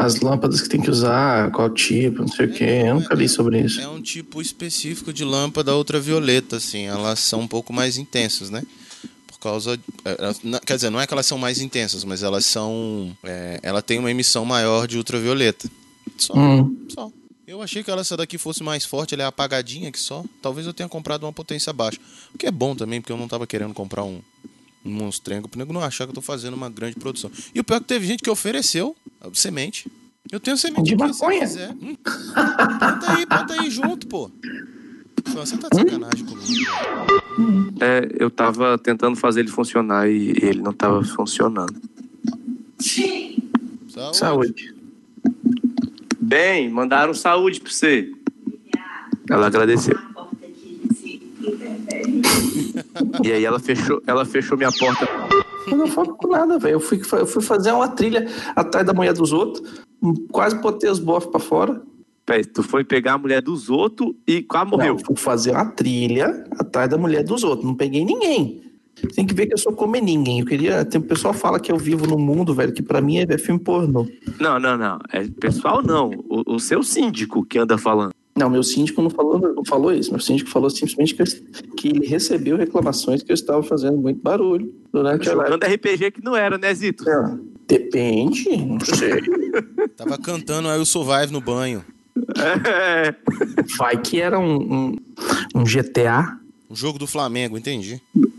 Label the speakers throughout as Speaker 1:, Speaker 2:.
Speaker 1: as lâmpadas que tem que usar, qual tipo, não sei o que. Eu nunca li sobre isso.
Speaker 2: É um tipo específico de lâmpada ultravioleta, assim. Elas são um pouco mais intensas, né? Por causa... Quer dizer, não é que elas são mais intensas, mas elas são... ela tem uma emissão maior de ultravioleta. Só. Eu achei que essa daqui fosse mais forte, ela é apagadinha que só. Talvez eu tenha comprado uma potência baixa. O que é bom também, porque eu não tava querendo comprar um monstrengo, pro nego não achar que eu tô fazendo uma grande produção. E o pior é que teve gente que ofereceu semente. Eu tenho semente
Speaker 1: de
Speaker 2: aqui,
Speaker 1: maconha.
Speaker 2: se você quiser. Planta aí junto, pô. Você tá de sacanagem comigo.
Speaker 3: Eu tava tentando fazer ele funcionar e ele não tava funcionando.
Speaker 1: Saúde.
Speaker 3: Bem, mandaram saúde pra você. Ela agradeceu. E aí ela fechou minha porta.
Speaker 1: Eu não falo com nada, velho. Eu fui fazer uma trilha atrás da mulher dos outros, quase botei os bofs pra fora.
Speaker 3: Peraí, tu foi pegar a mulher dos outros e quase morreu.
Speaker 1: Não, fui fazer uma trilha atrás da mulher dos outros. Não peguei ninguém. Tem que ver que eu sou como ninguém. O pessoal fala que eu vivo no mundo, velho, que pra mim é filme pornô.
Speaker 3: Não. Pessoal não. O seu síndico que anda falando.
Speaker 1: Não, meu síndico não falou isso. Meu síndico falou simplesmente que ele recebeu reclamações que eu estava fazendo muito barulho durante
Speaker 3: jogando RPG que não era, né, Zito?
Speaker 1: Depende, não sei.
Speaker 2: Tava cantando aí o Survive no banho.
Speaker 1: Vai que era um GTA.
Speaker 2: Um jogo do Flamengo, entendi.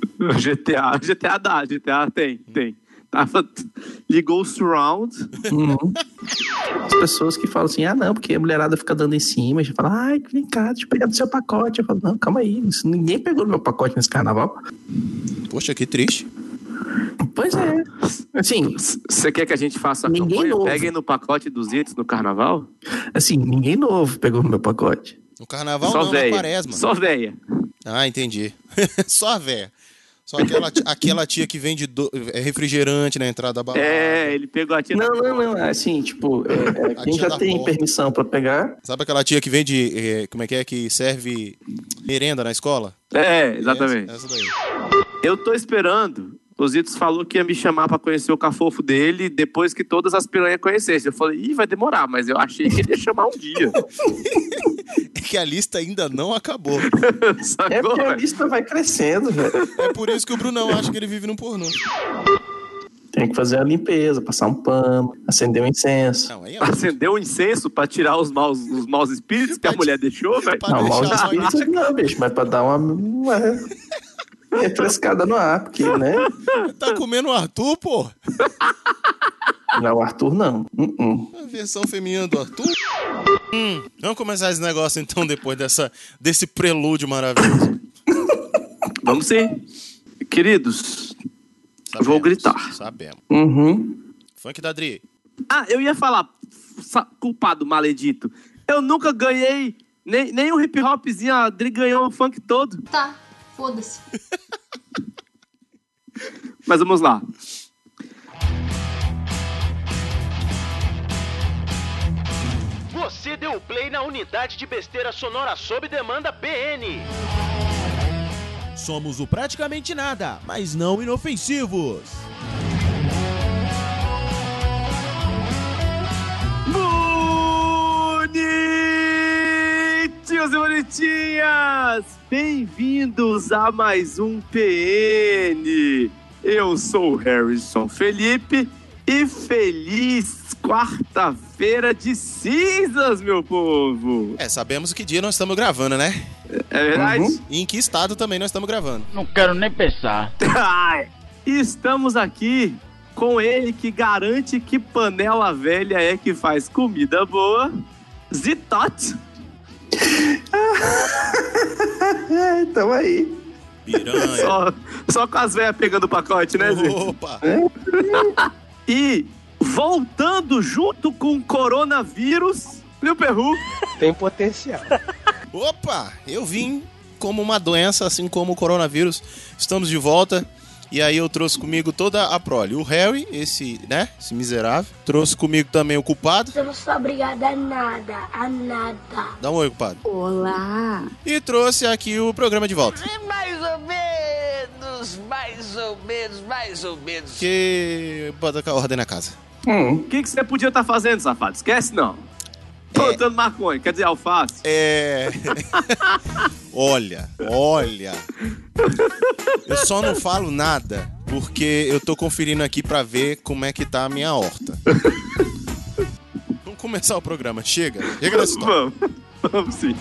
Speaker 3: GTA tem. Ligou o surround.
Speaker 1: As pessoas que falam assim, não, porque a mulherada fica dando em cima, já fala, ai, vem cá, deixa eu pegar do seu pacote. Eu falo, não, calma aí, ninguém pegou no meu pacote nesse carnaval.
Speaker 2: Poxa, que triste.
Speaker 1: Pois é. Assim,
Speaker 3: você quer que a gente faça a campanha? Novo. Peguem no pacote dos itens no carnaval?
Speaker 1: Assim, ninguém novo pegou no meu pacote.
Speaker 2: No carnaval
Speaker 3: só
Speaker 2: não,
Speaker 3: véia.
Speaker 2: Na quaresma.
Speaker 3: Só véia.
Speaker 2: Ah, entendi. Só a véia. Só aquela tia que vende refrigerante na entrada da balada.
Speaker 3: Ele pegou a tia.
Speaker 1: Não. Assim, tipo, quem já tem permissão pra pegar.
Speaker 2: Sabe aquela tia que vende, como é que serve merenda na escola?
Speaker 3: Exatamente.
Speaker 2: Essa daí.
Speaker 3: Eu tô esperando. O Zitos falou que ia me chamar pra conhecer o cafofo dele depois que todas as piranhas conhecessem. Eu falei, vai demorar, mas eu achei que ele ia chamar um dia.
Speaker 2: É que a lista ainda não acabou.
Speaker 1: É porque a lista vai crescendo, velho.
Speaker 2: É por isso que o Brunão acha que ele vive num pornô.
Speaker 1: Tem que fazer a limpeza, passar um pano, acender um incenso.
Speaker 3: Acender um incenso pra tirar os maus espíritos que a mulher deixou, velho?
Speaker 1: Não, maus espíritos não, bicho, mas pra dar uma refrescada no ar, porque, né?
Speaker 2: Tá comendo o Arthur, pô?
Speaker 1: Não, o Arthur não.
Speaker 2: A versão feminina do Arthur? Vamos começar esse negócio então, depois desse prelúdio maravilhoso.
Speaker 3: Vamos sim. Queridos, vou gritar.
Speaker 2: Sabemos. Funk da Adri.
Speaker 3: Eu ia falar, culpado maledito. Eu nunca ganhei nem um hip hopzinho, a Adri ganhou o funk todo.
Speaker 4: Tá, foda-se.
Speaker 3: Mas vamos lá.
Speaker 5: Você deu play na unidade de besteira sonora sob demanda BN.
Speaker 6: Somos o praticamente nada, mas não inofensivos.
Speaker 3: Bonitinhos e bonitinhas! Bem-vindos a mais um PN. Eu sou o Harrison Felipe e feliz quarta-feira de cinzas, meu povo!
Speaker 2: Sabemos que dia nós estamos gravando, né?
Speaker 3: É verdade?
Speaker 2: E em que estado também nós estamos gravando.
Speaker 5: Não quero nem pensar.
Speaker 3: Estamos aqui com ele que garante que panela velha é que faz comida boa, Zitot.
Speaker 1: Então aí.
Speaker 2: Piranha.
Speaker 3: Só com as velhas pegando o pacote, né, Zé?
Speaker 2: Opa!
Speaker 3: E voltando junto com o coronavírus, Lil Perru.
Speaker 7: Tem potencial.
Speaker 2: Opa! Eu vim como uma doença, assim como o coronavírus. Estamos de volta. E aí eu trouxe comigo toda a prole. O Harry, esse miserável. Trouxe comigo também o culpado.
Speaker 4: Eu não sou obrigada a nada,
Speaker 2: Dá um oi, culpado.
Speaker 4: Olá.
Speaker 2: E trouxe aqui o programa de volta.
Speaker 5: Mais ou menos.
Speaker 2: Que bota a ordem na casa.
Speaker 3: O que você podia estar fazendo, safado? Esquece, não. Plantando maconha, quer dizer, alface.
Speaker 2: Olha. Eu só não falo nada porque eu tô conferindo aqui pra ver como é que tá a minha horta. Vamos começar o programa. Chega dessa história.
Speaker 3: Vamos sim.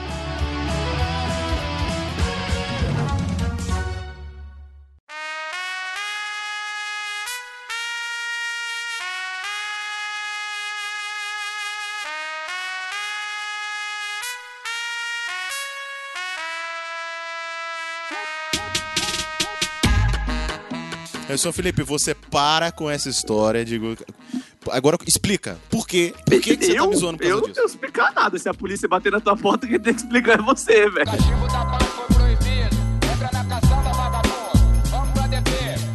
Speaker 2: Eu sou Felipe, você para com essa história. Agora explica. Por quê? Por que você tá me zoando por causa
Speaker 3: disso? Eu não tenho que explicar nada. Se a polícia bater na tua porta, quem tem que explicar é você, velho.
Speaker 7: Cachimbo da paz foi proibido. Entra na caçamba, vagabundo. Vamos pra DP.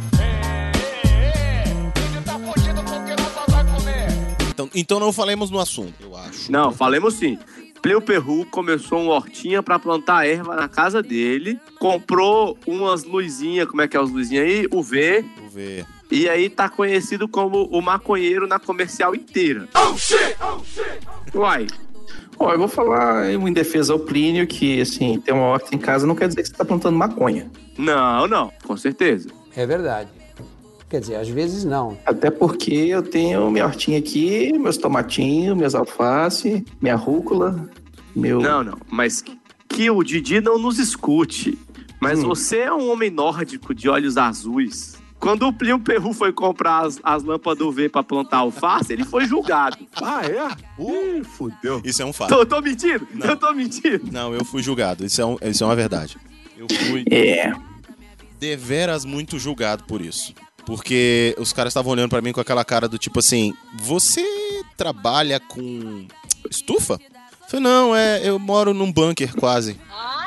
Speaker 7: Filho tá fudido porque nós só vai comer.
Speaker 2: Então não falemos no assunto, eu acho.
Speaker 3: Não, falemos sim. Plínio Perru começou uma hortinha pra plantar erva na casa dele. Comprou umas luzinhas, como é que é as luzinhas aí? UV. E aí tá conhecido como o maconheiro na comercial inteira.
Speaker 7: Oh, shit!
Speaker 3: Uai.
Speaker 1: Ó, eu vou falar em defesa ao Plínio que, assim, ter uma horta em casa não quer dizer que você tá plantando maconha.
Speaker 3: Não, com certeza.
Speaker 8: É verdade. Quer dizer, às vezes não.
Speaker 1: Até porque eu tenho minha hortinha aqui, meus tomatinhos, minhas alface, minha rúcula, meu...
Speaker 3: Não, mas que o Didi não nos escute. Mas você é um homem nórdico de olhos azuis. Quando o Plínio Perru foi comprar as lâmpadas UV pra plantar alface, ele foi julgado.
Speaker 2: É?
Speaker 3: Fudeu.
Speaker 2: Isso é um fato.
Speaker 3: Eu tô mentindo?
Speaker 2: Não.
Speaker 3: Eu tô mentindo.
Speaker 2: Não, eu fui julgado. Isso é uma verdade. Eu fui deveras muito julgado por isso. Porque os caras estavam olhando pra mim com aquela cara do tipo assim, você trabalha com estufa? Eu falei, não, eu moro num bunker quase.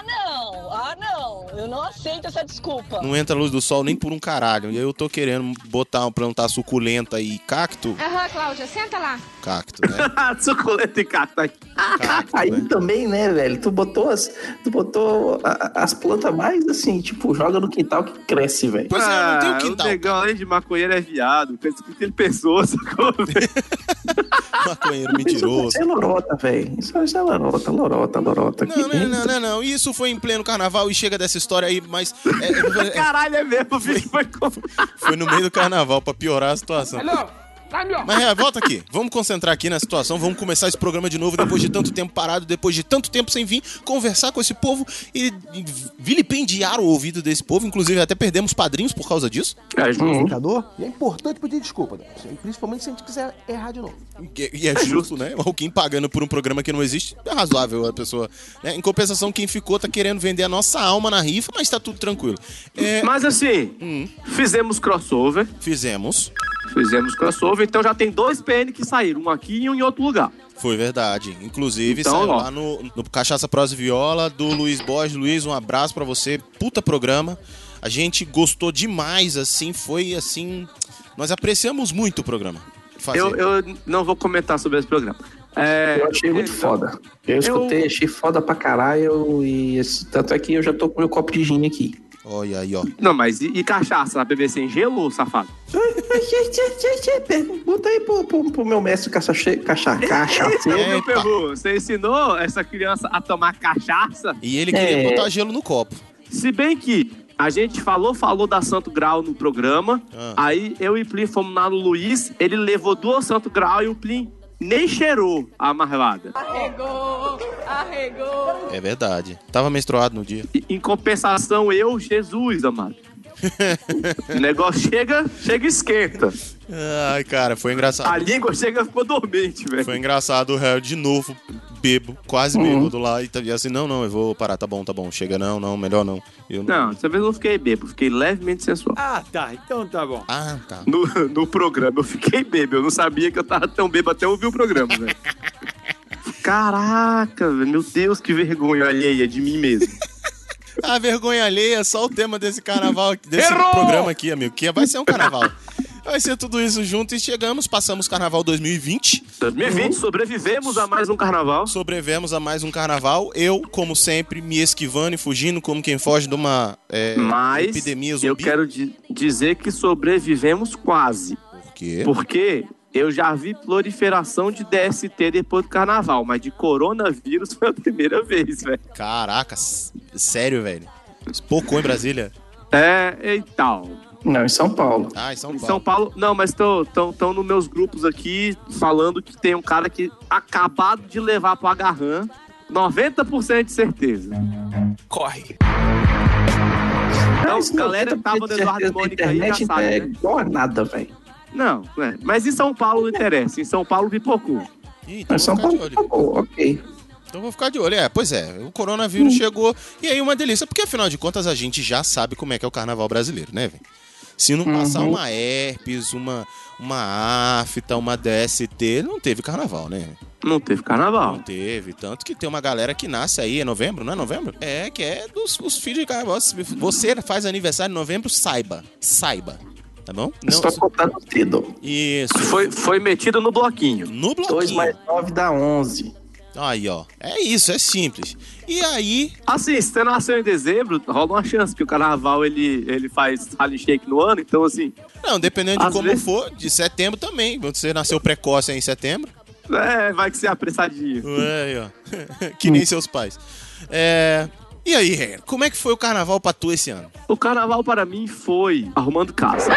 Speaker 9: Eu não aceito essa desculpa.
Speaker 2: Não entra a luz do sol nem por um caralho. E aí eu tô querendo plantar suculenta e cacto.
Speaker 9: Cláudia, senta lá.
Speaker 2: Cacto, né?
Speaker 3: Suculenta e cacto.
Speaker 1: Aí
Speaker 2: né?
Speaker 1: também, né, velho? Tu botou as plantas mais assim, tipo, joga no quintal que cresce, velho.
Speaker 2: Pois é, eu não tenho quintal.
Speaker 3: O negão, além de maconheiro, é viado. Pensa que ele pensou, sacou?
Speaker 2: Maconheiro mentiroso.
Speaker 1: Isso é lorota, velho. Isso é lorota.
Speaker 2: Não. Isso foi em pleno carnaval e chega dessa história aí, mas...
Speaker 3: Caralho, é mesmo, o bicho
Speaker 2: foi no meio do carnaval pra piorar a situação. Mas volta aqui. Vamos concentrar aqui na situação. Vamos começar esse programa de novo depois de tanto tempo parado, depois de tanto tempo sem vir conversar com esse povo e vilipendiar o ouvido desse povo. Inclusive, até perdemos padrinhos por causa disso.
Speaker 8: E é importante pedir desculpa, principalmente se a gente quiser errar de novo.
Speaker 2: E é justo, né? Alguém pagando por um programa que não existe, é razoável a pessoa. Né? Em compensação, quem ficou tá querendo vender a nossa alma na rifa, mas tá tudo tranquilo.
Speaker 3: Mas assim, fizemos crossover.
Speaker 2: Fizemos
Speaker 3: crossover, então já tem 2 PN que saíram, um aqui e um em outro lugar.
Speaker 2: Foi verdade. Inclusive,
Speaker 3: então,
Speaker 2: saiu lá no Cachaça, Prosa e Viola, do Luiz Borges. Luiz, um abraço pra você. Puta programa. A gente gostou demais, assim, foi assim... Nós apreciamos muito o programa.
Speaker 3: Eu não vou comentar sobre esse programa.
Speaker 1: Eu achei muito foda. Eu escutei, achei foda pra caralho e tanto é que eu já tô com meu copo de gin aqui.
Speaker 2: Olha aí, ó.
Speaker 3: Não, mas e cachaça? Beber sem gelo, safado?
Speaker 1: Pergunta aí pro meu mestre cachaceiro.
Speaker 3: Você ensinou essa criança a tomar cachaça?
Speaker 2: E ele queria botar gelo no copo.
Speaker 3: Se bem que a gente falou da Santo Grau no programa, aí eu e o Plin fomos lá no Luiz, ele levou 2 Santo Grau e o Plin nem cheirou a marvada.
Speaker 9: Arregou.
Speaker 2: É verdade. Tava menstruado no dia.
Speaker 3: Em compensação, Jesus, amado. O negócio chega e esquenta.
Speaker 2: Ai, cara, foi engraçado.
Speaker 3: A língua ficou dormente, velho.
Speaker 2: Foi engraçado o réu de novo, quase bêbado lá. E assim, não, eu vou parar, tá bom. Chega, não, melhor não.
Speaker 3: Não, dessa vez eu não fiquei bêbado, fiquei levemente sensual.
Speaker 6: Tá, então tá bom.
Speaker 2: Tá.
Speaker 3: No programa eu fiquei bêbado, eu não sabia que eu tava tão bêbado até ouvir o programa, velho. Caraca, velho, meu Deus, que vergonha alheia de mim mesmo.
Speaker 2: A vergonha alheia é só o tema desse carnaval, desse programa aqui, amigo, que vai ser um carnaval. Vai ser tudo isso junto e passamos carnaval 2020.
Speaker 3: 2020, sobrevivemos a mais um carnaval.
Speaker 2: Eu, como sempre, me esquivando e fugindo como quem foge de uma epidemia zumbi.
Speaker 3: Eu quero dizer que sobrevivemos quase.
Speaker 2: Por quê?
Speaker 3: Porque eu já vi proliferação de DST depois do carnaval, mas de coronavírus foi a primeira vez, velho.
Speaker 2: Caraca, sério, velho? Espocou em Brasília?
Speaker 3: Então.
Speaker 1: Não, em São Paulo.
Speaker 2: Ah, em São Paulo.
Speaker 3: Em São Paulo, não, mas estão nos meus grupos aqui falando que tem um cara que acabado de levar pro agarrão, 90% de certeza.
Speaker 10: Corre.
Speaker 3: Então, galera que tava no Eduardo e Mônica aí já sabe,
Speaker 1: é
Speaker 3: né?
Speaker 1: igual a nada, velho.
Speaker 3: Não, mas em São Paulo não interessa. Em São Paulo pipocou.
Speaker 2: Então
Speaker 1: Em São Paulo, ok.
Speaker 2: Então vou ficar de olho. Pois é, o coronavírus chegou e aí uma delícia, porque afinal de contas a gente já sabe como é que é o carnaval brasileiro, né, velho? Se não passar uma herpes, uma afta, uma DST, não teve carnaval, né?
Speaker 3: Não teve carnaval.
Speaker 2: Não teve, tanto que tem uma galera que nasce aí, é novembro, não é novembro? Que é dos filhos de carnaval. Se você faz aniversário em novembro, saiba, tá bom? Não,
Speaker 1: Estou contando o dedo.
Speaker 2: Isso.
Speaker 3: Foi metido no bloquinho.
Speaker 2: No bloquinho.
Speaker 1: 2 mais 9 dá 11.
Speaker 2: Aí, ó. É isso, é simples. E aí...
Speaker 3: Assim, se você nasceu em dezembro, rola uma chance, porque o carnaval, ele faz rally shake no ano, então assim...
Speaker 2: Não, dependendo de como for, de setembro também. Você nasceu precoce aí em setembro.
Speaker 3: Vai que você é apressadinho.
Speaker 2: Aí, ó. Que nem seus pais. E aí, Renan, como é que foi o carnaval pra tu esse ano?
Speaker 3: O carnaval para mim foi arrumando casa.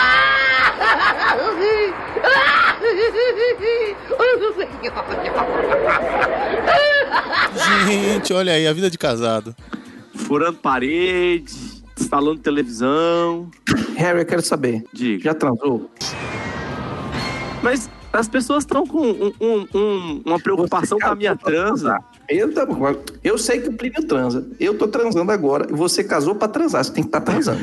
Speaker 2: Gente, olha aí, a vida de casado.
Speaker 3: Furando parede, instalando televisão.
Speaker 1: Harry, eu quero saber.
Speaker 3: Diga.
Speaker 1: Já transou?
Speaker 3: Mas as pessoas estão com uma preocupação com a minha transa.
Speaker 1: Eu sei que o Plínio transa. Eu tô transando agora. E você casou pra transar. Você tem que estar transando.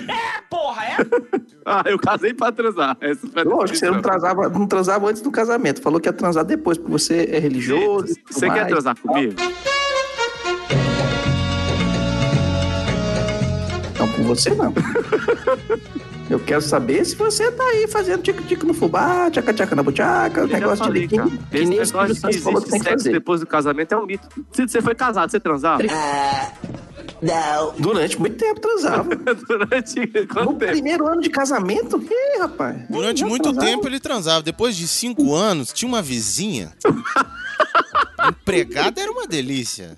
Speaker 3: Eu casei pra transar.
Speaker 1: Lógico, você não transava antes do casamento. Falou que ia transar depois, porque você é religioso.
Speaker 3: Você quer transar comigo?
Speaker 1: Não, com você não. Eu quero saber se você tá aí fazendo tic-tic no fubá, tchaca-tchaca na buchaca, negócio de liquinho.
Speaker 3: Esse negócio de existe sexo depois do casamento é um mito. Se você foi casado, você transava?
Speaker 1: Não. Durante muito tempo transava.
Speaker 3: Durante quanto
Speaker 1: no
Speaker 3: tempo?
Speaker 1: Primeiro ano de casamento? Que, rapaz?
Speaker 2: Durante muito tempo ele transava. Depois de 5 anos, tinha uma vizinha. Empregada era uma delícia.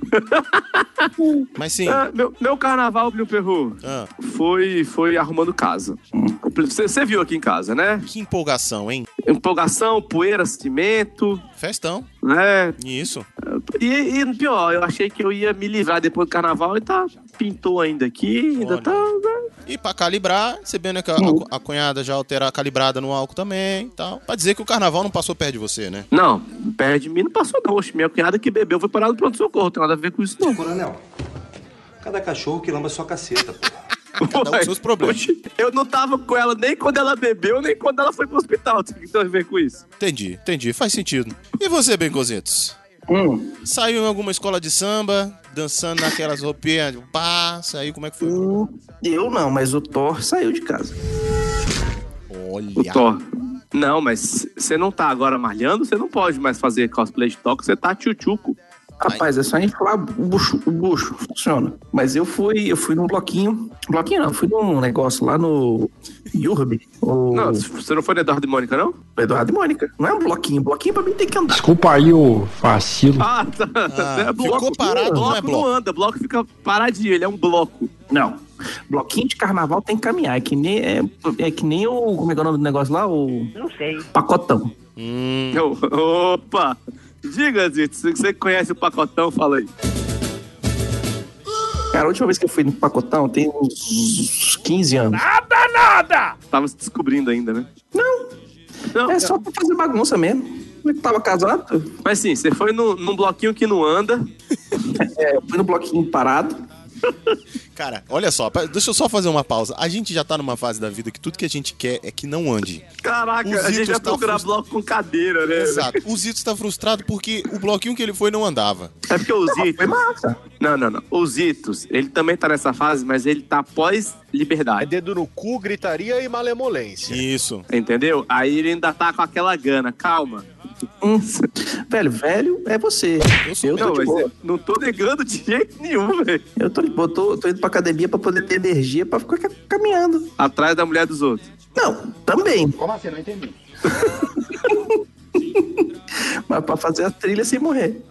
Speaker 2: Mas sim.
Speaker 3: Meu carnaval, meu perru, foi arrumando casa. Você viu aqui em casa, né?
Speaker 2: Que empolgação, hein?
Speaker 3: Empolgação, poeira, cimento.
Speaker 2: Festão.
Speaker 3: Né?
Speaker 2: Isso.
Speaker 3: E pior, eu achei que eu ia me livrar depois do carnaval e pintou ainda aqui, ainda tá...
Speaker 2: E pra calibrar, sabendo que a cunhada já calibrada no álcool também e tal. Pra dizer que o carnaval não passou perto de você, né?
Speaker 3: Não, perto de mim não passou não. Oxe, minha cunhada que bebeu foi parar no pronto-socorro. Não tem nada a ver com isso não.
Speaker 11: Coronel, cada cachorro que lamba sua caceta, pô.
Speaker 2: Cada um com seus problemas.
Speaker 3: Eu não tava com ela nem quando ela bebeu, nem quando ela foi pro hospital. Tem que ter a ver com isso.
Speaker 2: Entendi. Faz sentido. E você, Bencozitos? Saiu em alguma escola de samba, dançando naquelas roupinhas, saiu, como é que foi?
Speaker 1: Eu não, mas o Thor saiu de casa.
Speaker 2: Olha.
Speaker 3: O Thor. Não, mas você não tá agora malhando, você não pode mais fazer cosplay de Thor, você tá tchutchuco.
Speaker 1: Rapaz, é só inflar o bucho, funciona. Mas eu fui num bloquinho. Bloquinho não, fui num negócio lá no Yurb.
Speaker 3: Não, você não foi no Eduardo e Mônica, não?
Speaker 1: Eduardo e Mônica. Não é um bloquinho. Bloquinho pra mim tem que andar.
Speaker 12: Desculpa aí o vacilo.
Speaker 3: Tá. É bloco,
Speaker 2: ficou parado, não é bloco.
Speaker 3: Não anda, bloco fica paradinho, ele é um bloco.
Speaker 1: Não. Bloquinho de carnaval tem que caminhar. É que nem o... Como é que é o nome do negócio lá?
Speaker 13: Não sei.
Speaker 1: Pacotão.
Speaker 3: Opa! Diga, Zito, você conhece o Pacotão, fala aí.
Speaker 1: Cara, a última vez que eu fui no Pacotão tem uns 15 anos.
Speaker 3: Nada! Tava se descobrindo ainda, né?
Speaker 1: Não, é só pra fazer bagunça mesmo. Eu tava casado.
Speaker 3: Mas sim, você foi num bloquinho que não anda.
Speaker 1: Eu fui no bloquinho parado.
Speaker 2: Cara, olha só, deixa eu só fazer uma pausa. A gente já tá numa fase da vida que tudo que a gente quer é que não ande.
Speaker 3: Caraca, a gente vai procurar bloco com cadeira, né?
Speaker 2: Exato. O Zito tá frustrado porque o bloquinho que ele foi não andava.
Speaker 3: É porque o Zito...
Speaker 1: Foi massa.
Speaker 3: Não. O Zitos, ele também tá nessa fase, mas ele tá pós-liberdade.
Speaker 10: É dedo no cu, gritaria e malemolência.
Speaker 2: Isso.
Speaker 3: Entendeu? Aí ele ainda tá com aquela gana. Calma.
Speaker 1: Velho é você.
Speaker 3: Não tô negando de jeito nenhum, velho.
Speaker 1: Eu tô de boa, tô indo pra academia pra poder ter energia pra ficar caminhando.
Speaker 3: Atrás da mulher dos outros.
Speaker 1: Não, também.
Speaker 8: Como assim? Não entendi.
Speaker 1: Mas pra fazer a trilha sem morrer.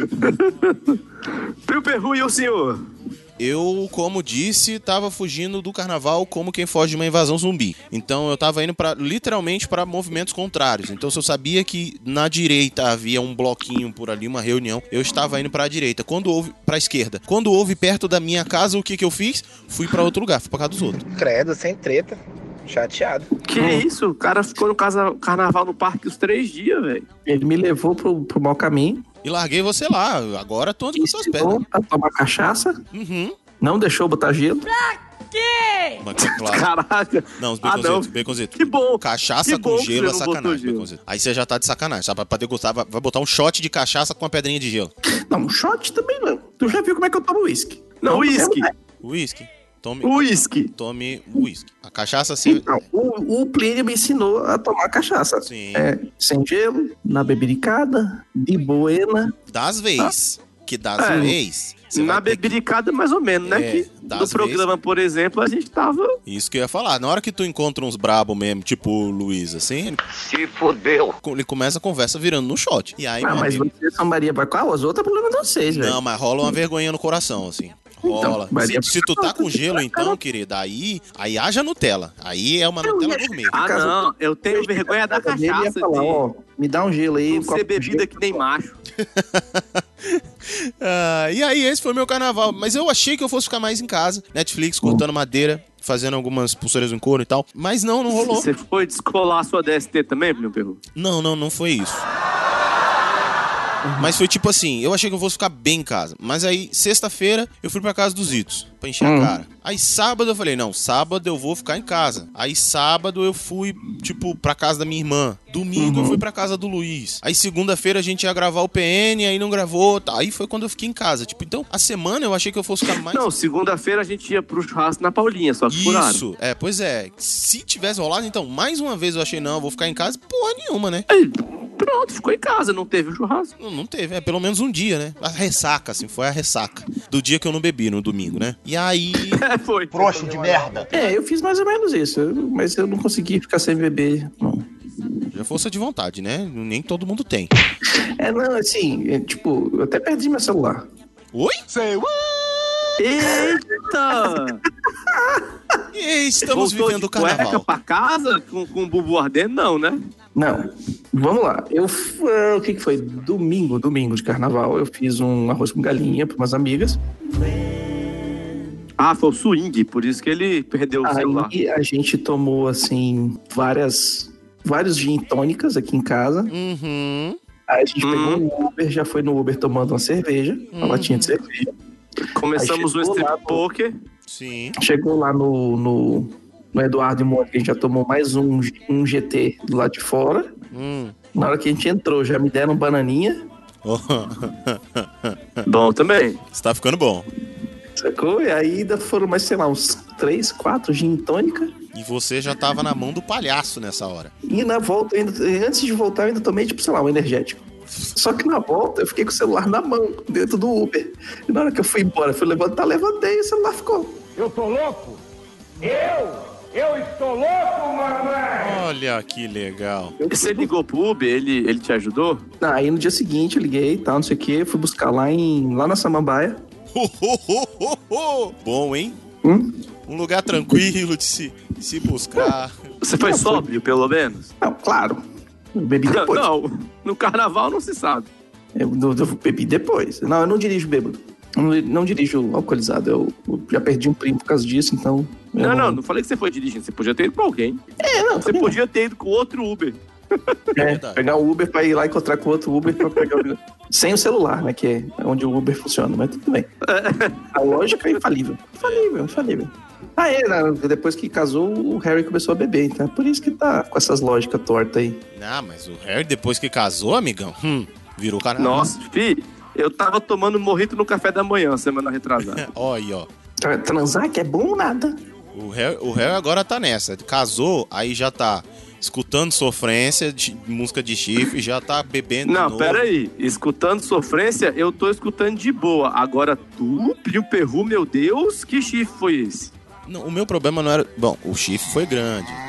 Speaker 3: Plio Perru, e o senhor?
Speaker 2: Eu, como disse, tava fugindo do carnaval como quem foge de uma invasão zumbi. Então eu tava indo literalmente para movimentos contrários. Então se eu sabia que na direita havia um bloquinho por ali, uma reunião, eu estava indo para a direita. Pra esquerda. Quando houve perto da minha casa, o que eu fiz? Fui para outro lugar, fui pra casa dos outros.
Speaker 13: Credo, sem treta. Chateado.
Speaker 3: Que isso? O cara ficou no carnaval no parque os 3 dias, velho.
Speaker 1: Ele me levou pro mau caminho.
Speaker 2: E larguei você lá. Agora tô onde com suas pernas.
Speaker 1: Pra tomar cachaça.
Speaker 2: Uhum.
Speaker 1: Não deixou botar gelo.
Speaker 9: Pra quê?
Speaker 2: Mas, claro.
Speaker 3: Caraca.
Speaker 2: Não, os baconzitos.
Speaker 3: Que bom.
Speaker 2: Cachaça
Speaker 3: que bom
Speaker 2: com gelo é sacanagem,
Speaker 3: gelo.
Speaker 2: baconzito. Aí você já tá de sacanagem. Sabe? Pra degustar, vai botar um shot de cachaça com uma pedrinha de gelo.
Speaker 1: Não, um shot também não. Tu já viu como é que eu tomo uísque?
Speaker 3: Não, uísque.
Speaker 2: Uísque. Tome uísque. A cachaça sim.
Speaker 1: Então, o Plínio me ensinou a tomar cachaça.
Speaker 2: Sim.
Speaker 1: Sem gelo, na bebiricada, de buena.
Speaker 2: Das vezes. Que das vezes.
Speaker 3: Na bebiricada, mais ou menos, né? Que no programa, por exemplo, a gente tava...
Speaker 2: Isso que eu ia falar. Na hora que tu encontra uns brabo mesmo, tipo o Luiz, assim...
Speaker 5: Se fodeu.
Speaker 2: Ele começa a conversa virando no shot. E aí,
Speaker 1: mas você São Maria vai com as outras, é problema de vocês, velho.
Speaker 2: Não, mas rola uma vergonha no coração, assim. Rola.
Speaker 1: Então,
Speaker 2: se tu tá com gelo, então, querida, aí haja Nutella. Aí é uma Nutella gourmet.
Speaker 3: Não, eu tenho vergonha da cachaça.
Speaker 1: Falar, me dá um gelo aí.
Speaker 3: Não ser bebida que nem macho.
Speaker 2: E aí, esse foi meu carnaval. Mas eu achei que eu fosse ficar mais em casa. Netflix, cortando madeira, fazendo algumas pulseiras em couro e tal. Mas não rolou.
Speaker 3: Você foi descolar a sua DST também, meu perro?
Speaker 2: Não foi isso. Mas foi tipo assim, eu achei que eu fosse ficar bem em casa. Mas aí, sexta-feira, eu fui pra casa dos Itos, pra encher a cara. Aí sábado eu falei, não, sábado eu vou ficar em casa. Aí sábado eu fui, tipo, pra casa da minha irmã. Domingo eu fui pra casa do Luiz. Aí segunda-feira a gente ia gravar o PN, aí não gravou, tá. Aí foi quando eu fiquei em casa. Tipo, então, a semana eu achei que eu fosse ficar mais...
Speaker 3: Não, segunda-feira a gente ia pro churrasco na Paulinha, só que furaram.
Speaker 2: Isso, pois é. Se tivesse rolado, então, mais uma vez eu achei, não, eu vou ficar em casa, porra nenhuma, né?
Speaker 3: Aí, pronto, ficou em casa, não teve o churrasco.
Speaker 2: Não teve, pelo menos um dia, né? A ressaca, assim, foi a ressaca. Do dia que eu não bebi, no domingo, né? E aí...
Speaker 3: Foi.
Speaker 8: Trouxa de merda.
Speaker 1: Eu fiz mais ou menos isso, mas eu não consegui ficar sem beber, não.
Speaker 2: Já força de vontade, né? Nem todo mundo tem.
Speaker 1: Não, assim, tipo, eu até perdi meu celular.
Speaker 2: Oi?
Speaker 8: Say what?
Speaker 3: Eita!
Speaker 2: E estamos vivendo o carnaval.
Speaker 3: Cueca pra casa com o bubu ardendo, não, né?
Speaker 1: Não. Vamos lá. O que foi? Domingo de carnaval, eu fiz um arroz com galinha para umas amigas.
Speaker 3: Foi o swing, por isso que ele perdeu o celular.
Speaker 1: Aí a gente tomou, assim, vários gin tônicas aqui em casa.
Speaker 2: Uhum.
Speaker 1: Aí a gente pegou um Uber, já foi no Uber tomando uma cerveja, uma latinha de cerveja.
Speaker 3: Começamos o strip poker.
Speaker 2: Sim.
Speaker 1: Chegou lá no Eduardo e Mônica, a gente já tomou mais um GT do lado de fora. Na hora que a gente entrou, já me deram bananinha.
Speaker 3: Bom também.
Speaker 2: Você tá ficando bom.
Speaker 1: Sacou? E aí ainda foram mais, sei lá, uns 3, 4 gin tônica.
Speaker 2: E você já tava na mão do palhaço nessa hora.
Speaker 1: E na volta, antes de voltar, eu ainda tomei, tipo, sei lá, um energético. Só que na volta, eu fiquei com o celular na mão, dentro do Uber. E na hora que eu fui embora, fui levantar, levantei e o celular ficou.
Speaker 7: Eu tô louco? Eu estou louco, mamãe!
Speaker 2: Olha que legal.
Speaker 3: E você ligou pro Uber, ele te ajudou?
Speaker 1: Aí no dia seguinte eu liguei e tal, não sei o que, fui buscar lá na Samambaia.
Speaker 2: Bom, hein? Um lugar tranquilo de se buscar.
Speaker 3: Você foi sóbrio, pelo menos?
Speaker 1: Não, claro. Eu bebi depois.
Speaker 3: Não, no carnaval não se sabe.
Speaker 1: Eu bebi depois. Não, eu não dirijo bêbado. Eu não dirijo alcoolizado. Eu já perdi um primo por causa disso, então...
Speaker 3: Não falei que você foi dirigindo. Você podia ter ido com alguém. Você podia ter ido com outro Uber.
Speaker 1: Pegar o Uber pra ir lá e encontrar com outro Uber pra pegar o... Sem o celular, né? Que é onde o Uber funciona, mas tudo bem. A lógica é infalível. Infalível. Depois que casou, o Harry começou a beber, então é por isso que tá com essas lógicas tortas aí.
Speaker 2: Mas o Harry, depois que casou, amigão, virou carnaval.
Speaker 3: Nossa, filho, eu tava tomando mojito no café da manhã, semana retrasada.
Speaker 2: Olha, ó.
Speaker 1: Transar que é bom ou nada?
Speaker 2: O Harry agora tá nessa. Casou, aí já tá escutando sofrência, música de chifre, já tá bebendo.
Speaker 3: Não, pera aí. Escutando sofrência, eu tô escutando de boa. Agora tu, Plio Perru, meu Deus, que chifre foi esse?
Speaker 2: Não, o meu problema não era... Bom, o chifre foi grande.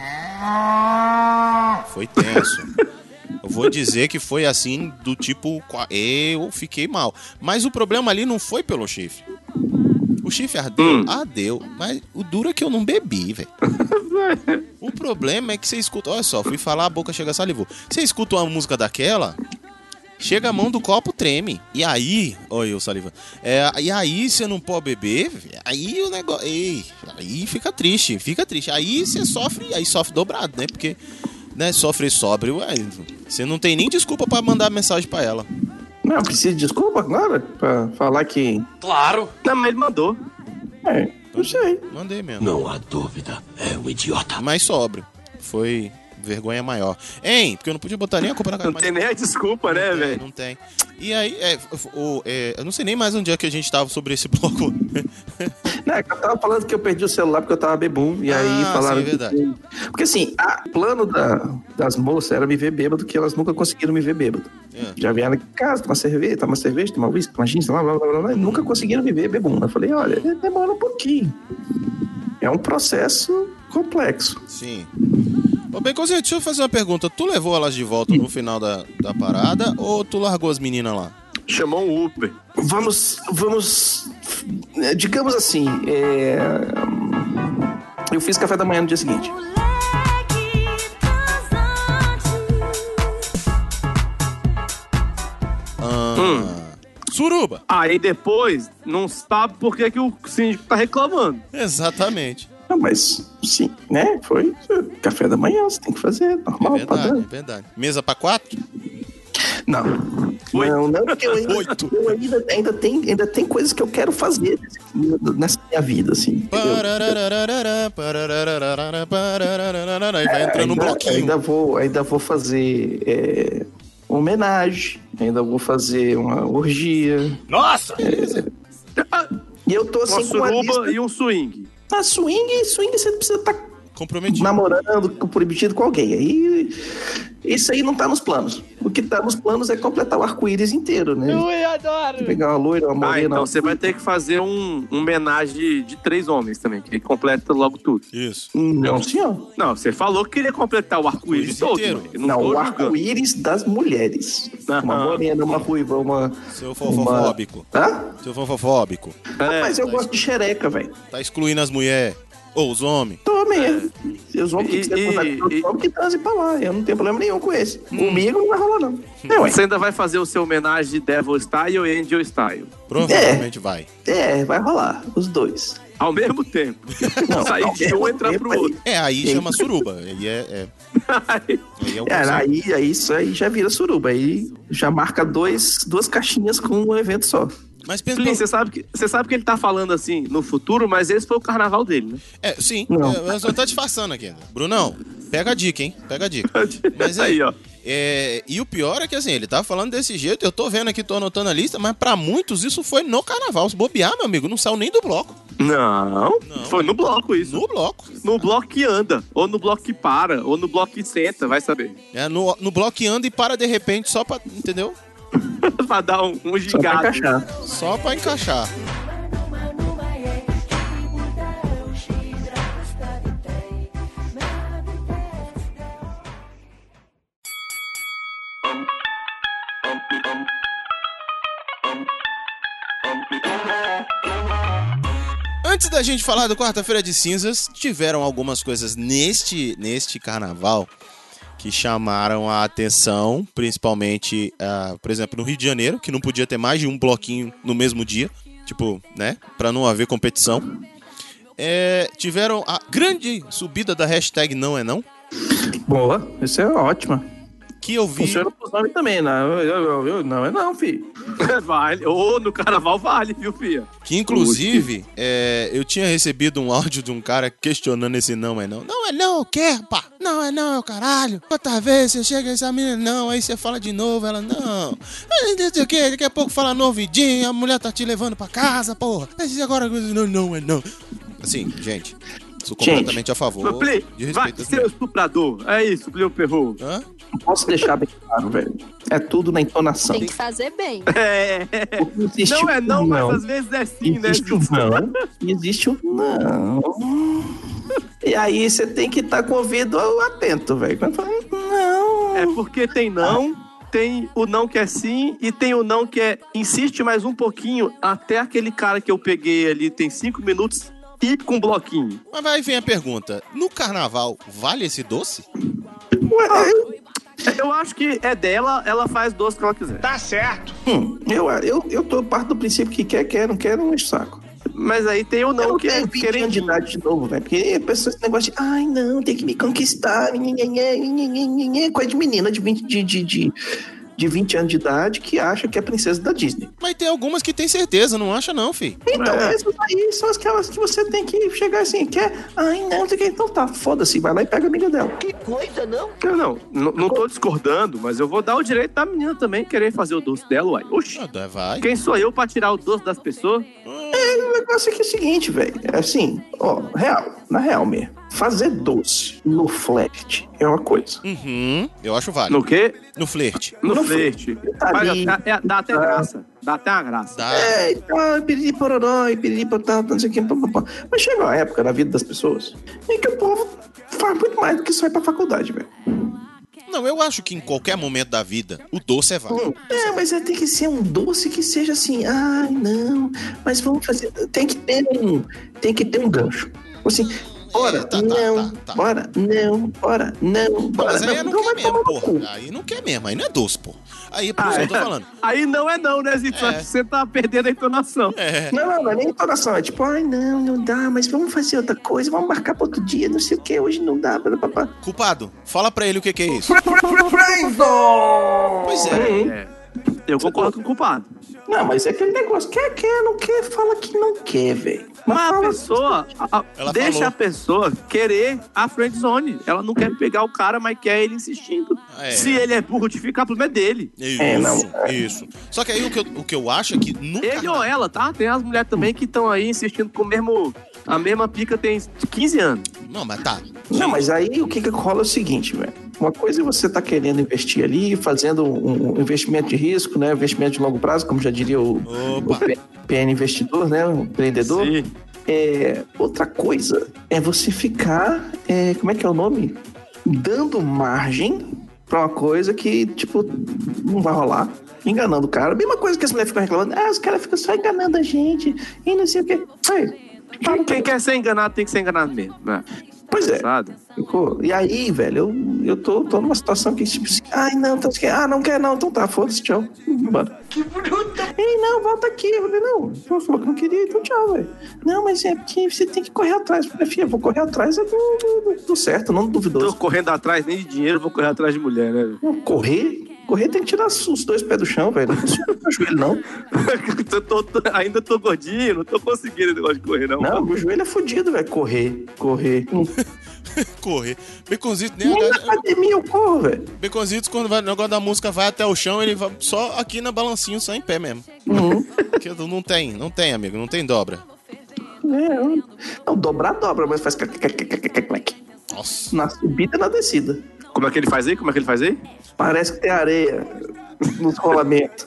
Speaker 2: Foi tenso. Eu vou dizer que foi assim, do tipo, eu fiquei mal. Mas o problema ali não foi pelo chifre. O chifre ardeu, mas o duro é que eu não bebi, velho. O problema é que você escuta... Olha só, fui falar, a boca chega salivou. Você escuta uma música daquela, chega a mão do copo, treme. E aí... Olha eu salivando. E aí você não pode beber, aí o negócio... Aí fica triste. Aí você sofre, aí sofre dobrado, né? Porque, né, sofre sóbrio, você não tem nem desculpa pra mandar mensagem pra ela.
Speaker 1: Não, precisa de desculpa, claro, pra falar que...
Speaker 3: Claro! Não, mas ele mandou.
Speaker 1: Não sei.
Speaker 2: Mandei mesmo.
Speaker 14: Não há dúvida, é um idiota.
Speaker 2: Mais sóbrio. Foi vergonha maior. Hein? Porque eu não podia botar nem a culpa na cara.
Speaker 3: Não tem nem a desculpa, né, velho?
Speaker 2: Não tem. E aí, eu não sei nem mais onde é que a gente tava sobre esse bloco.
Speaker 1: Não, eu tava falando que eu perdi o celular porque eu tava bebum. E aí falaram...
Speaker 2: Sim, é verdade.
Speaker 1: Porque assim, o plano das moças era me ver bêbado, que elas nunca conseguiram me ver bêbado. Já vieram aqui em casa, tomar cerveja, tomar uísque, tomar gin, blá, blá, blá, blá, e nunca conseguiram me ver bebum. Eu falei, olha, demora um pouquinho. É um processo complexo.
Speaker 2: Sim. Ô, Baconzinho, deixa eu fazer uma pergunta. Tu levou elas de volta no final da parada ou tu largou as meninas lá?
Speaker 3: Chamou um Uber.
Speaker 1: Vamos... Digamos assim, eu fiz café da manhã no dia seguinte.
Speaker 2: Suruba!
Speaker 3: Aí depois, não sabe por que o síndico tá reclamando.
Speaker 2: Exatamente.
Speaker 1: Não, mas sim, né? Foi café da manhã, você tem que fazer, normal.
Speaker 2: É verdade. Mesa pra 4?
Speaker 1: Não, porque eu ainda tem coisas que eu quero fazer nessa minha vida, assim.
Speaker 2: E vai entrando um bloquinho.
Speaker 1: Ainda vou fazer homenagem, ainda vou fazer uma orgia.
Speaker 3: Nossa!
Speaker 1: E eu tô assim
Speaker 3: uma
Speaker 1: com
Speaker 3: suruba e um swing.
Speaker 1: Swing você precisa estar
Speaker 2: comprometido,
Speaker 1: namorando, prometido com alguém. Aí isso aí não tá nos planos. O que tá nos planos é completar o arco-íris inteiro, né?
Speaker 9: Eu adoro!
Speaker 1: Pegar uma loira, uma morena.
Speaker 3: Então você vai ter que fazer um homenagem de 3 homens também, que completa logo tudo.
Speaker 2: Isso.
Speaker 1: Não, senhor.
Speaker 3: Não, você falou que queria completar o arco-íris todo.
Speaker 1: Não, o arco-íris das mulheres. Uma morena, uma ruiva, uma...
Speaker 2: Seu fofofóbico. Seu fofofóbico.
Speaker 1: Mas eu gosto de xereca, velho.
Speaker 2: Tá excluindo as mulheres. Ou os homens.
Speaker 1: Tô mesmo. Os homens que quiserem contar com os homens que transem pra lá. Eu não tenho problema nenhum com esse. Comigo não vai rolar, não.
Speaker 3: Você ainda vai fazer o seu homenagem de Devil Style ou Angel Style?
Speaker 2: Provavelmente vai.
Speaker 1: Vai rolar. Os dois.
Speaker 3: Ao mesmo tempo. Não, sair de um e entrar pro outro.
Speaker 2: Aí chama suruba.
Speaker 1: Aí isso aí já vira suruba. Aí já marca duas caixinhas com um evento só.
Speaker 2: Mas
Speaker 3: você sabe que ele tá falando assim no futuro, mas esse foi o carnaval dele, né?
Speaker 2: Sim. Eu só tô disfarçando aqui. Brunão, pega a dica, hein? Pega a dica. Mas
Speaker 3: aí, ó.
Speaker 2: E o pior é que assim, ele tá falando desse jeito, eu tô vendo aqui, tô anotando a lista, mas pra muitos isso foi no carnaval. Se bobear, meu amigo, não saiu nem do bloco.
Speaker 3: Não, foi no bloco isso.
Speaker 2: No bloco.
Speaker 3: No bloco que anda, ou no bloco que para, ou no bloco que senta, vai saber.
Speaker 2: No bloco que anda e para de repente só pra, entendeu?
Speaker 3: Pra dar um gigado.
Speaker 2: Só pra encaixar. Antes da gente falar do Quarta-feira de Cinzas, tiveram algumas coisas neste carnaval que chamaram a atenção, principalmente, por exemplo, no Rio de Janeiro, que não podia ter mais de um bloquinho no mesmo dia, tipo, né, pra não haver competição. Tiveram a grande subida da hashtag Não É Não.
Speaker 1: Boa, isso é ótimo.
Speaker 2: Que eu vi...
Speaker 1: Funciona pros nomes também, não é não, filho.
Speaker 3: Vale, ou no carnaval vale, viu, filha?
Speaker 2: Que inclusive, eu tinha recebido um áudio de um cara questionando esse Não É Não. Não é não, o quê, rapá? Não é não, é o caralho. Outra vez você chega essa menina, não, aí você fala de novo, ela, não. O quê? Daqui a pouco fala no ouvidinho, a mulher tá te levando pra casa, porra. Aí agora, não é não. Assim, gente... Sou completamente a favor de respeito às
Speaker 3: seu estuprador. É isso, Plio Perru.
Speaker 1: Não posso deixar bem claro, velho. É tudo na entonação.
Speaker 9: Tem que fazer bem.
Speaker 3: Não é não, mas às vezes é sim,
Speaker 1: existe
Speaker 3: né?
Speaker 1: Existe um não. E aí você tem que estar com o ouvido atento, velho. Não.
Speaker 3: É porque tem não, tem o não que é sim e tem o não que é insiste mais um pouquinho até aquele cara que eu peguei ali tem 5 minutos e com um bloquinho.
Speaker 2: Mas aí vem a pergunta, no carnaval vale esse doce?
Speaker 3: Eu acho que é dela, ela faz doce que ela quiser.
Speaker 10: Tá certo.
Speaker 1: Eu tô parte do princípio que quer, não quer, não enche o saco.
Speaker 3: Mas aí tem o não que é
Speaker 1: 20 anos de idade de novo, velho. Porque a pessoa esse negócio de, ai não, tem que me conquistar, coisa de menina de 20 anos de idade que acha que é princesa da Disney.
Speaker 2: Mas tem algumas que tem certeza, não acha não, filho.
Speaker 1: Então, essas aí são aquelas que você tem que chegar assim, quer, ai não, tem que, então tá, foda-se, vai lá e pega a amiga dela.
Speaker 4: Que coisa, não?
Speaker 3: Não tô discordando, mas eu vou dar o direito da menina também querer fazer o doce dela, uai. Oxi,
Speaker 2: vai.
Speaker 3: Quem sou eu pra tirar o doce das pessoas?
Speaker 1: O negócio aqui é o seguinte, velho, assim, na real mesmo. Fazer doce no flerte é uma coisa.
Speaker 2: Eu acho válido.
Speaker 3: No quê?
Speaker 2: No flerte.
Speaker 3: No flerte. Dá até graça. Dá até uma graça.
Speaker 1: Piriri pororó, piriri pororó, não sei o que. Mas chega uma época na vida das pessoas em que o povo faz muito mais do que só ir pra faculdade, velho.
Speaker 2: Não, eu acho que em qualquer momento da vida, o doce é válido.
Speaker 1: Mas tem que ser um doce que seja assim, ai, não, mas vamos fazer, tem que ter um gancho. Assim, bora, bora, não.
Speaker 2: Mas aí não quer mesmo, porra. Aí não quer mesmo, aí não é doce, pô. Aí é por isso que eu tô falando.
Speaker 3: Aí não é não, né, Zito? Você tá perdendo a entonação.
Speaker 1: Não é nem entonação, é tipo, ai, não dá, mas vamos fazer outra coisa, vamos marcar pra outro dia, não sei o que, hoje não dá, papapá.
Speaker 2: Culpado, fala pra ele o que é isso. Pois é.
Speaker 3: Eu concordo com o culpado.
Speaker 1: Não, mas é aquele negócio, quer, não quer, fala que não quer, velho.
Speaker 3: Mas a pessoa, deixa a pessoa querer a friendzone. Ela não quer pegar o cara, mas quer ele insistindo. Se ele é burro de ficar, o problema é dele.
Speaker 2: Isso. Só que aí o que eu acho é que...
Speaker 3: Ele ou ela, tá? Tem as mulheres também que estão aí insistindo com a mesma pica tem 15 anos.
Speaker 2: Não, mas tá.
Speaker 1: Não, mas aí o que rola é o seguinte, velho. Uma coisa é você tá querendo investir ali, fazendo um investimento de risco, né? Investimento de longo prazo, como já diria o PN investidor, né? O empreendedor. Sim. Outra coisa é você ficar, como é que é o nome? Dando margem pra uma coisa que, tipo, não vai rolar. Enganando o cara. A mesma coisa que as mulheres ficam reclamando. Os caras ficam só enganando a gente e não sei o quê.
Speaker 3: Quem quer ser enganado tem que ser enganado mesmo, né?
Speaker 1: Pois é. E aí, velho, eu tô numa situação que, tipo assim, não quer não, então tá, foda-se, tchau. Bora. Que bruta! Ei, não, volta aqui. Eu falei, não, você falou que não queria, então tchau, velho. Não, mas é porque você tem que correr atrás. Eu falei, filha, vou correr atrás do certo, não duvidoso.
Speaker 3: Tô correndo atrás nem de dinheiro, vou correr atrás de mulher, né?
Speaker 1: Correr tem que tirar os 2 pés do chão, velho. Não funciona o meu joelho, não.
Speaker 3: Ainda tô gordinho, não tô conseguindo esse negócio de correr, não.
Speaker 1: Não, meu joelho é fodido, velho. Correr.
Speaker 2: Correr. Baconzitos
Speaker 1: nem na academia eu corro, velho.
Speaker 2: Baconzitos, quando o negócio da música vai até o chão, ele vai só aqui na balancinho, só em pé mesmo. Porque não tem, amigo, não tem dobra.
Speaker 1: Não, dobra, mas faz
Speaker 2: nossa.
Speaker 1: Na subida e na descida.
Speaker 3: Como é que ele faz aí?
Speaker 1: Parece que tem areia nos rolamentos.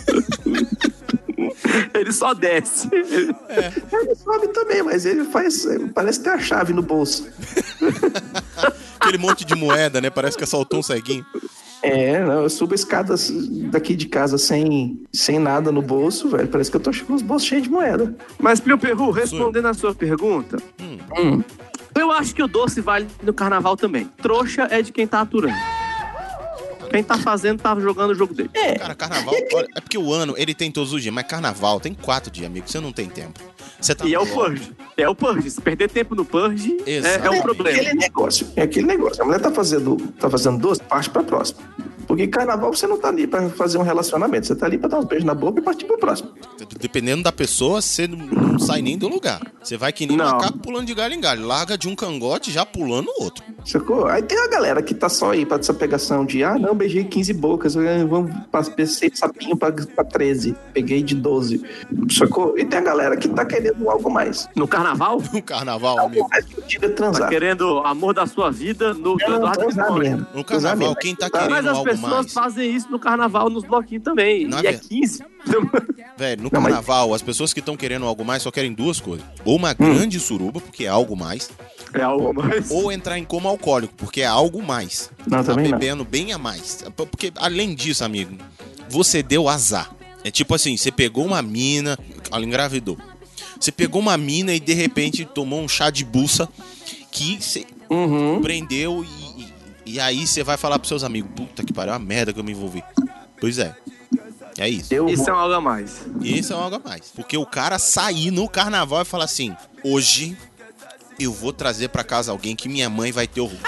Speaker 3: Ele só desce.
Speaker 1: Ele sobe também, mas ele faz... Parece que tem a chave no bolso.
Speaker 2: Aquele monte de moeda, né? Parece que assaltou um ceguinho.
Speaker 1: Eu subo escadas daqui de casa sem nada no bolso, velho. Parece que eu tô com os bolsos cheios de moeda.
Speaker 3: Mas, Plio Perru, respondendo a sua pergunta... Eu acho que o doce vale no carnaval também. Trouxa é de quem tá aturando. Quem tá fazendo, tá jogando o jogo dele.
Speaker 2: Cara, carnaval, olha, é porque o ano, ele tem todos os dias, mas carnaval tem 4 dias, amigo, você não tem tempo. Você tá
Speaker 3: o Purge. É o Purge. Se perder tempo no Purge, é um problema.
Speaker 1: É aquele negócio. A mulher tá fazendo doce, parte pra próxima. Porque carnaval você não tá ali pra fazer um relacionamento. Você tá ali pra dar uns beijos na boca e partir pro próximo.
Speaker 2: Dependendo da pessoa, você não sai nem do lugar. Você vai que nem macaco pulando de galho em galho. Larga de um cangote já pulando o outro.
Speaker 1: Sacou? Aí tem a galera que tá só aí pra essa pegação de beijei 15 bocas, vamos passei sapinho pra 13. Peguei de 12. Sacou? E tem a galera que tá querendo algo mais.
Speaker 3: No carnaval?
Speaker 2: No carnaval, amigo.
Speaker 1: Transar.
Speaker 3: Tá querendo amor da sua vida no
Speaker 2: carnaval, quem tá querendo algo
Speaker 3: pessoas fazem isso no carnaval, nos bloquinhos também. E é 15.
Speaker 2: Velho, no carnaval, as pessoas que estão querendo algo mais só querem duas coisas. Ou uma grande suruba, porque é algo mais.
Speaker 3: É algo mais.
Speaker 2: Ou entrar em coma alcoólico, porque é algo mais.
Speaker 1: Não,
Speaker 2: tá
Speaker 1: também
Speaker 2: bebendo bem a mais. Porque, além disso, amigo, você deu azar. É tipo assim, você pegou uma mina, ela engravidou. Você pegou uma mina e, de repente, tomou um chá de buça que você prendeu e aí você vai falar pros seus amigos, puta que pariu, é uma merda que eu me envolvi. Pois é. É isso.
Speaker 3: Isso é algo a mais.
Speaker 2: Isso é algo a mais. Porque o cara sair no carnaval e falar assim, hoje eu vou trazer pra casa alguém que minha mãe vai ter orgulho.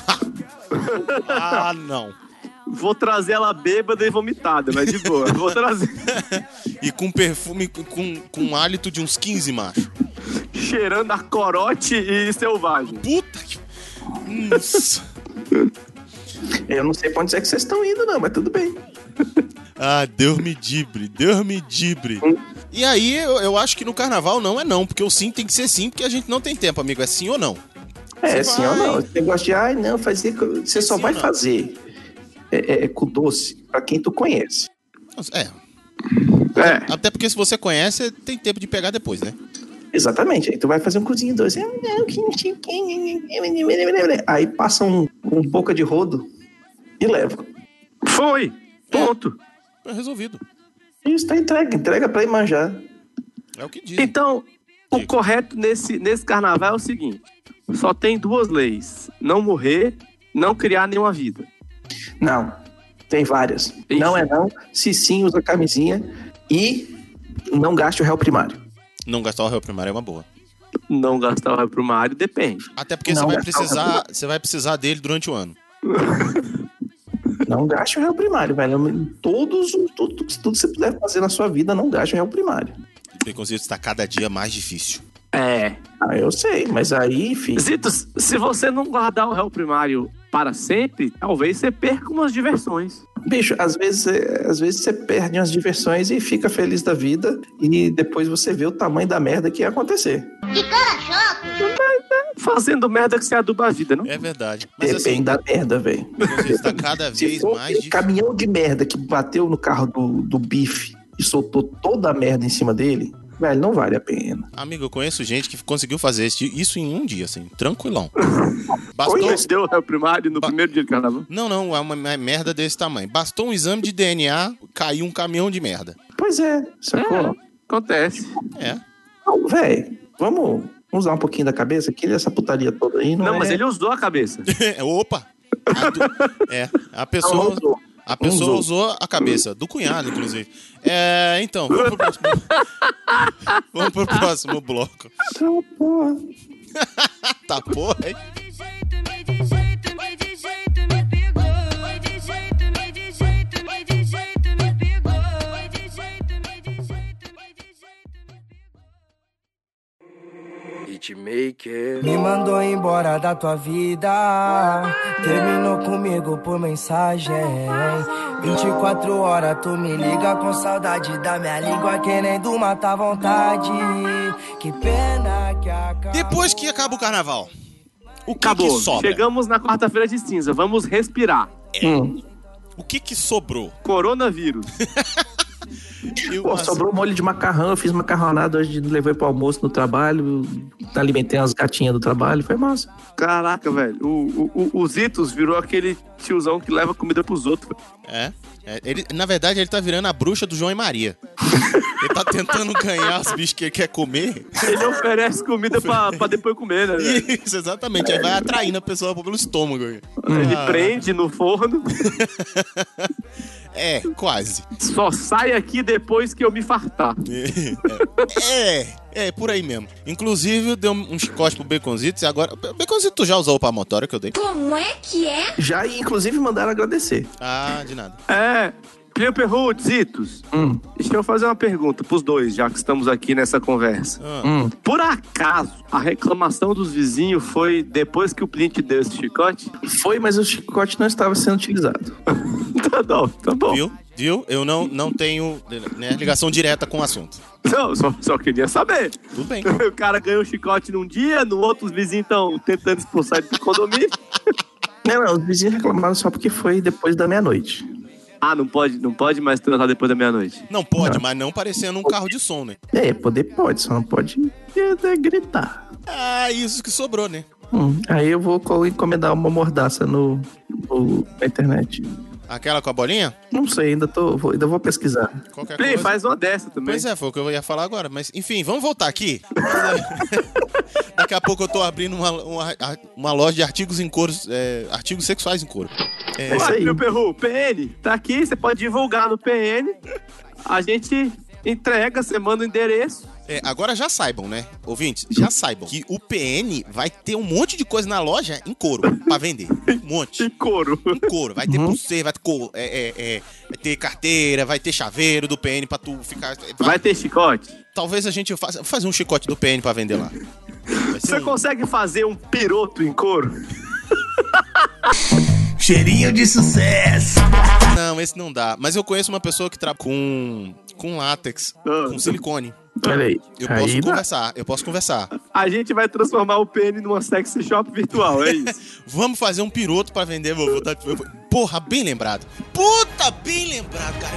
Speaker 2: Ah, não.
Speaker 3: Vou trazer ela bêbada e vomitada, mas de boa. Vou trazer.
Speaker 2: E com perfume, com hálito de uns 15 machos.
Speaker 3: Cheirando a corote e selvagem.
Speaker 2: Puta que... Nossa.
Speaker 1: Eu não sei pra onde é que vocês estão indo, não, mas tudo bem.
Speaker 2: Ah, Deus me dibre. E aí, eu acho que no carnaval não é não, porque o sim tem que ser sim, porque a gente não tem tempo, amigo. É sim ou não?
Speaker 1: É sim ou não. Esse negócio de, não, fazer... Você só vai fazer com doce pra quem tu conhece.
Speaker 2: Até porque se você conhece, tem tempo de pegar depois, né?
Speaker 1: Exatamente. Aí tu vai fazer um cozinho doce. Aí passa um boca de rodo e leva.
Speaker 3: Foi! Ponto.
Speaker 2: É resolvido.
Speaker 1: Isso, tá entregue. Entrega pra ir manjar.
Speaker 2: É o que diz.
Speaker 3: Então, o correto nesse carnaval é o seguinte. Só tem duas leis. Não morrer, não criar nenhuma vida.
Speaker 1: Não. Tem várias. Isso. Não é não. Se sim, usa camisinha. E não gaste o réu primário.
Speaker 2: Não gastar o réu primário é uma boa.
Speaker 3: Não gastar o réu primário depende.
Speaker 2: Até porque você vai precisar dele durante o ano.
Speaker 1: Não gaste o réu primário, velho. Tudo que você puder fazer na sua vida, não gaste o réu primário.
Speaker 2: O preconceito está cada dia mais difícil.
Speaker 1: Eu sei, mas aí, filho...
Speaker 3: Zitos, se você não guardar o réu primário para sempre, talvez você perca umas diversões.
Speaker 1: Bicho, às vezes você perde umas diversões e fica feliz da vida e depois você vê o tamanho da merda que ia acontecer.
Speaker 4: Que cara chato!
Speaker 3: Fazendo merda que você aduba a vida, não?
Speaker 2: É verdade. Mas
Speaker 1: depende assim, da merda, velho.
Speaker 2: Está cada vez mais difícil.
Speaker 1: Caminhão de merda que bateu no carro do bife e soltou toda a merda em cima dele, velho, não vale a pena.
Speaker 2: Amigo, eu conheço gente que conseguiu fazer isso em um dia, assim, tranquilão.
Speaker 3: Deu o réu primário no primeiro dia de carnaval?
Speaker 2: Não, é uma merda desse tamanho. Bastou um exame de DNA, caiu um caminhão de merda.
Speaker 1: Pois é, sacou?
Speaker 3: Acontece.
Speaker 1: Não, velho, vamos usar um pouquinho da cabeça, que essa putaria toda aí não é...
Speaker 3: Não, mas ele usou a cabeça.
Speaker 2: Opa! A pessoa... A pessoa usou a cabeça, do cunhado, inclusive. Então, vamos pro próximo bloco. Tá porra, hein?
Speaker 15: Me mandou embora da tua vida, terminou comigo por mensagem. 24 horas tu me liga com saudade da minha língua, querendo matar a vontade. Que pena que acaba.
Speaker 2: Depois que acaba o carnaval, o que
Speaker 3: acabou?
Speaker 2: Que sobra?
Speaker 3: Chegamos na quarta-feira de cinza, vamos respirar.
Speaker 2: O que sobrou?
Speaker 3: Coronavírus.
Speaker 1: Sobrou molho de macarrão, eu fiz macarronada hoje, levei pro almoço no trabalho, alimentei as gatinhas do trabalho, foi massa.
Speaker 3: Caraca, velho, o Zitos virou aquele tiozão que leva comida pros outros.
Speaker 2: Ele, na verdade, ele tá virando a bruxa do João e Maria. Ele tá tentando ganhar os bichos que ele quer comer.
Speaker 3: Ele oferece comida pra depois comer, né?
Speaker 2: Isso, exatamente. Aí vai atraindo a pessoa pelo estômago.
Speaker 3: Ele prende no forno.
Speaker 2: Quase.
Speaker 3: Só sai aqui depois que eu me fartar.
Speaker 2: Por aí mesmo. Inclusive, deu um chicote pro Baconzitos e agora... Baconzitos, tu já usou o palmatório que eu dei?
Speaker 4: Como é que é?
Speaker 1: Já, inclusive, mandaram agradecer.
Speaker 2: Ah, de nada.
Speaker 3: Plio Perru, Zitos, deixa eu fazer uma pergunta pros dois, já que estamos aqui nessa conversa. Por acaso, a reclamação dos vizinhos foi depois que o Plint deu esse chicote?
Speaker 1: Foi, mas o chicote não estava sendo utilizado.
Speaker 3: Tá bom.
Speaker 2: Viu? Eu não tenho ligação direta com o assunto.
Speaker 3: Não, só queria saber.
Speaker 2: Tudo bem.
Speaker 3: O cara ganhou um chicote num dia, no outro os vizinhos estão tentando expulsar ele do condomínio.
Speaker 1: Não, os vizinhos reclamaram só porque foi depois da meia-noite.
Speaker 3: Ah, não pode mais transar depois da meia-noite?
Speaker 2: Não pode, mas não parecendo um carro de som, né?
Speaker 1: Poder pode, só não pode gritar.
Speaker 2: Ah, isso que sobrou, né?
Speaker 1: Aí eu vou encomendar uma mordaça na internet.
Speaker 2: Aquela com a bolinha?
Speaker 1: Não sei, ainda vou pesquisar.
Speaker 2: Qualquer coisa.
Speaker 3: Faz uma dessa também.
Speaker 2: Pois é, foi o que eu ia falar agora. Mas, enfim, vamos voltar aqui. Daqui a pouco eu tô abrindo uma loja de artigos em couro, artigos sexuais em couro.
Speaker 3: É isso aí. Meu perru, PN, tá aqui, você pode divulgar no PN. A gente entrega, você manda o endereço.
Speaker 2: Agora já saibam, né? Ouvintes, já saibam que o PN vai ter um monte de coisa na loja em couro pra vender. Um monte.
Speaker 3: Em couro.
Speaker 2: Em couro. Vai ter pulseira, vai ter vai ter carteira, vai ter chaveiro do PN pra tu ficar...
Speaker 3: Vai ter chicote?
Speaker 2: Talvez a gente faça um chicote do PN pra vender lá.
Speaker 3: Você consegue fazer um piroto em couro?
Speaker 6: Cheirinho de sucesso.
Speaker 2: Não, esse não dá. Mas eu conheço uma pessoa que trabalha com látex, com silicone.
Speaker 1: Peraí.
Speaker 2: Eu posso conversar.
Speaker 3: A gente vai transformar o PN numa sexy shop virtual, é isso?
Speaker 2: Vamos fazer um piroto pra vender, vovô. Porra, bem lembrado. Puta, bem lembrado, cara.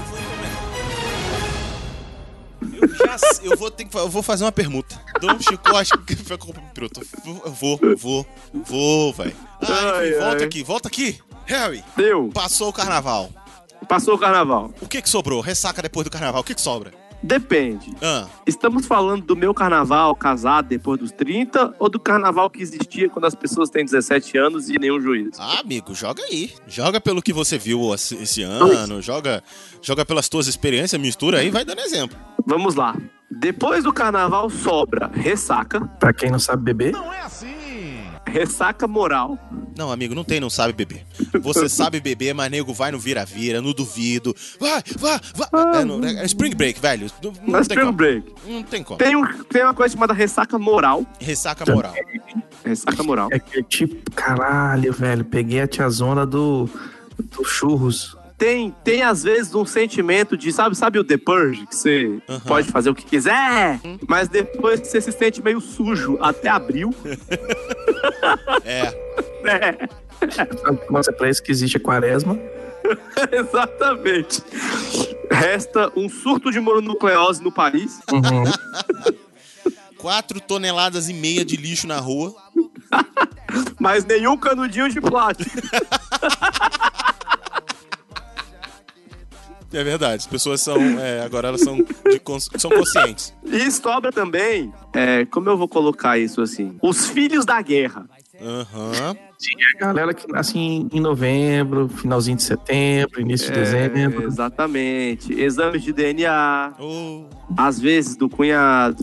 Speaker 2: Eu vou fazer uma permuta. Dou um chicote pra comprar um piroto. Eu vou, velho. Volta aqui. Harry.
Speaker 3: Deu.
Speaker 2: Passou o carnaval.
Speaker 3: O
Speaker 2: que sobrou? Ressaca depois do carnaval. O que sobra?
Speaker 3: Depende. Estamos falando do meu carnaval casado depois dos 30 ou do carnaval que existia quando as pessoas têm 17 anos e nenhum juízo?
Speaker 2: Ah, amigo, joga aí. Joga pelo que você viu esse ano, joga pelas tuas experiências, mistura aí e vai dando exemplo.
Speaker 3: Vamos lá. Depois do carnaval sobra ressaca.
Speaker 1: Pra quem não sabe beber.
Speaker 6: Não é assim.
Speaker 3: Ressaca moral.
Speaker 2: Não, amigo, não sabe beber. Você sabe beber, mas nego vai no vira-vira, no duvido. Vai. É Spring Break, velho.
Speaker 3: Não tem Spring Break.
Speaker 2: Não tem como.
Speaker 3: Tem uma coisa chamada ressaca moral.
Speaker 2: Ressaca moral.
Speaker 1: É que tipo, caralho, velho. Peguei a tiazona do churros.
Speaker 3: Tem às vezes um sentimento de, sabe o The Purge? Que você pode fazer o que quiser, mas depois você se sente meio sujo até abril.
Speaker 1: Mas é pra isso que existe a quaresma.
Speaker 3: Exatamente. Resta um surto de mononucleose no país.
Speaker 2: 4,5 toneladas de lixo na rua.
Speaker 3: Mas nenhum canudinho de plástico.
Speaker 2: É verdade, as pessoas são, agora elas são conscientes.
Speaker 3: E sobra também, como eu vou colocar isso assim, os filhos da guerra.
Speaker 1: Sim, a galera que nasce em novembro, finalzinho de setembro, início de dezembro.
Speaker 3: Exatamente, exames de DNA, às vezes do cunhado.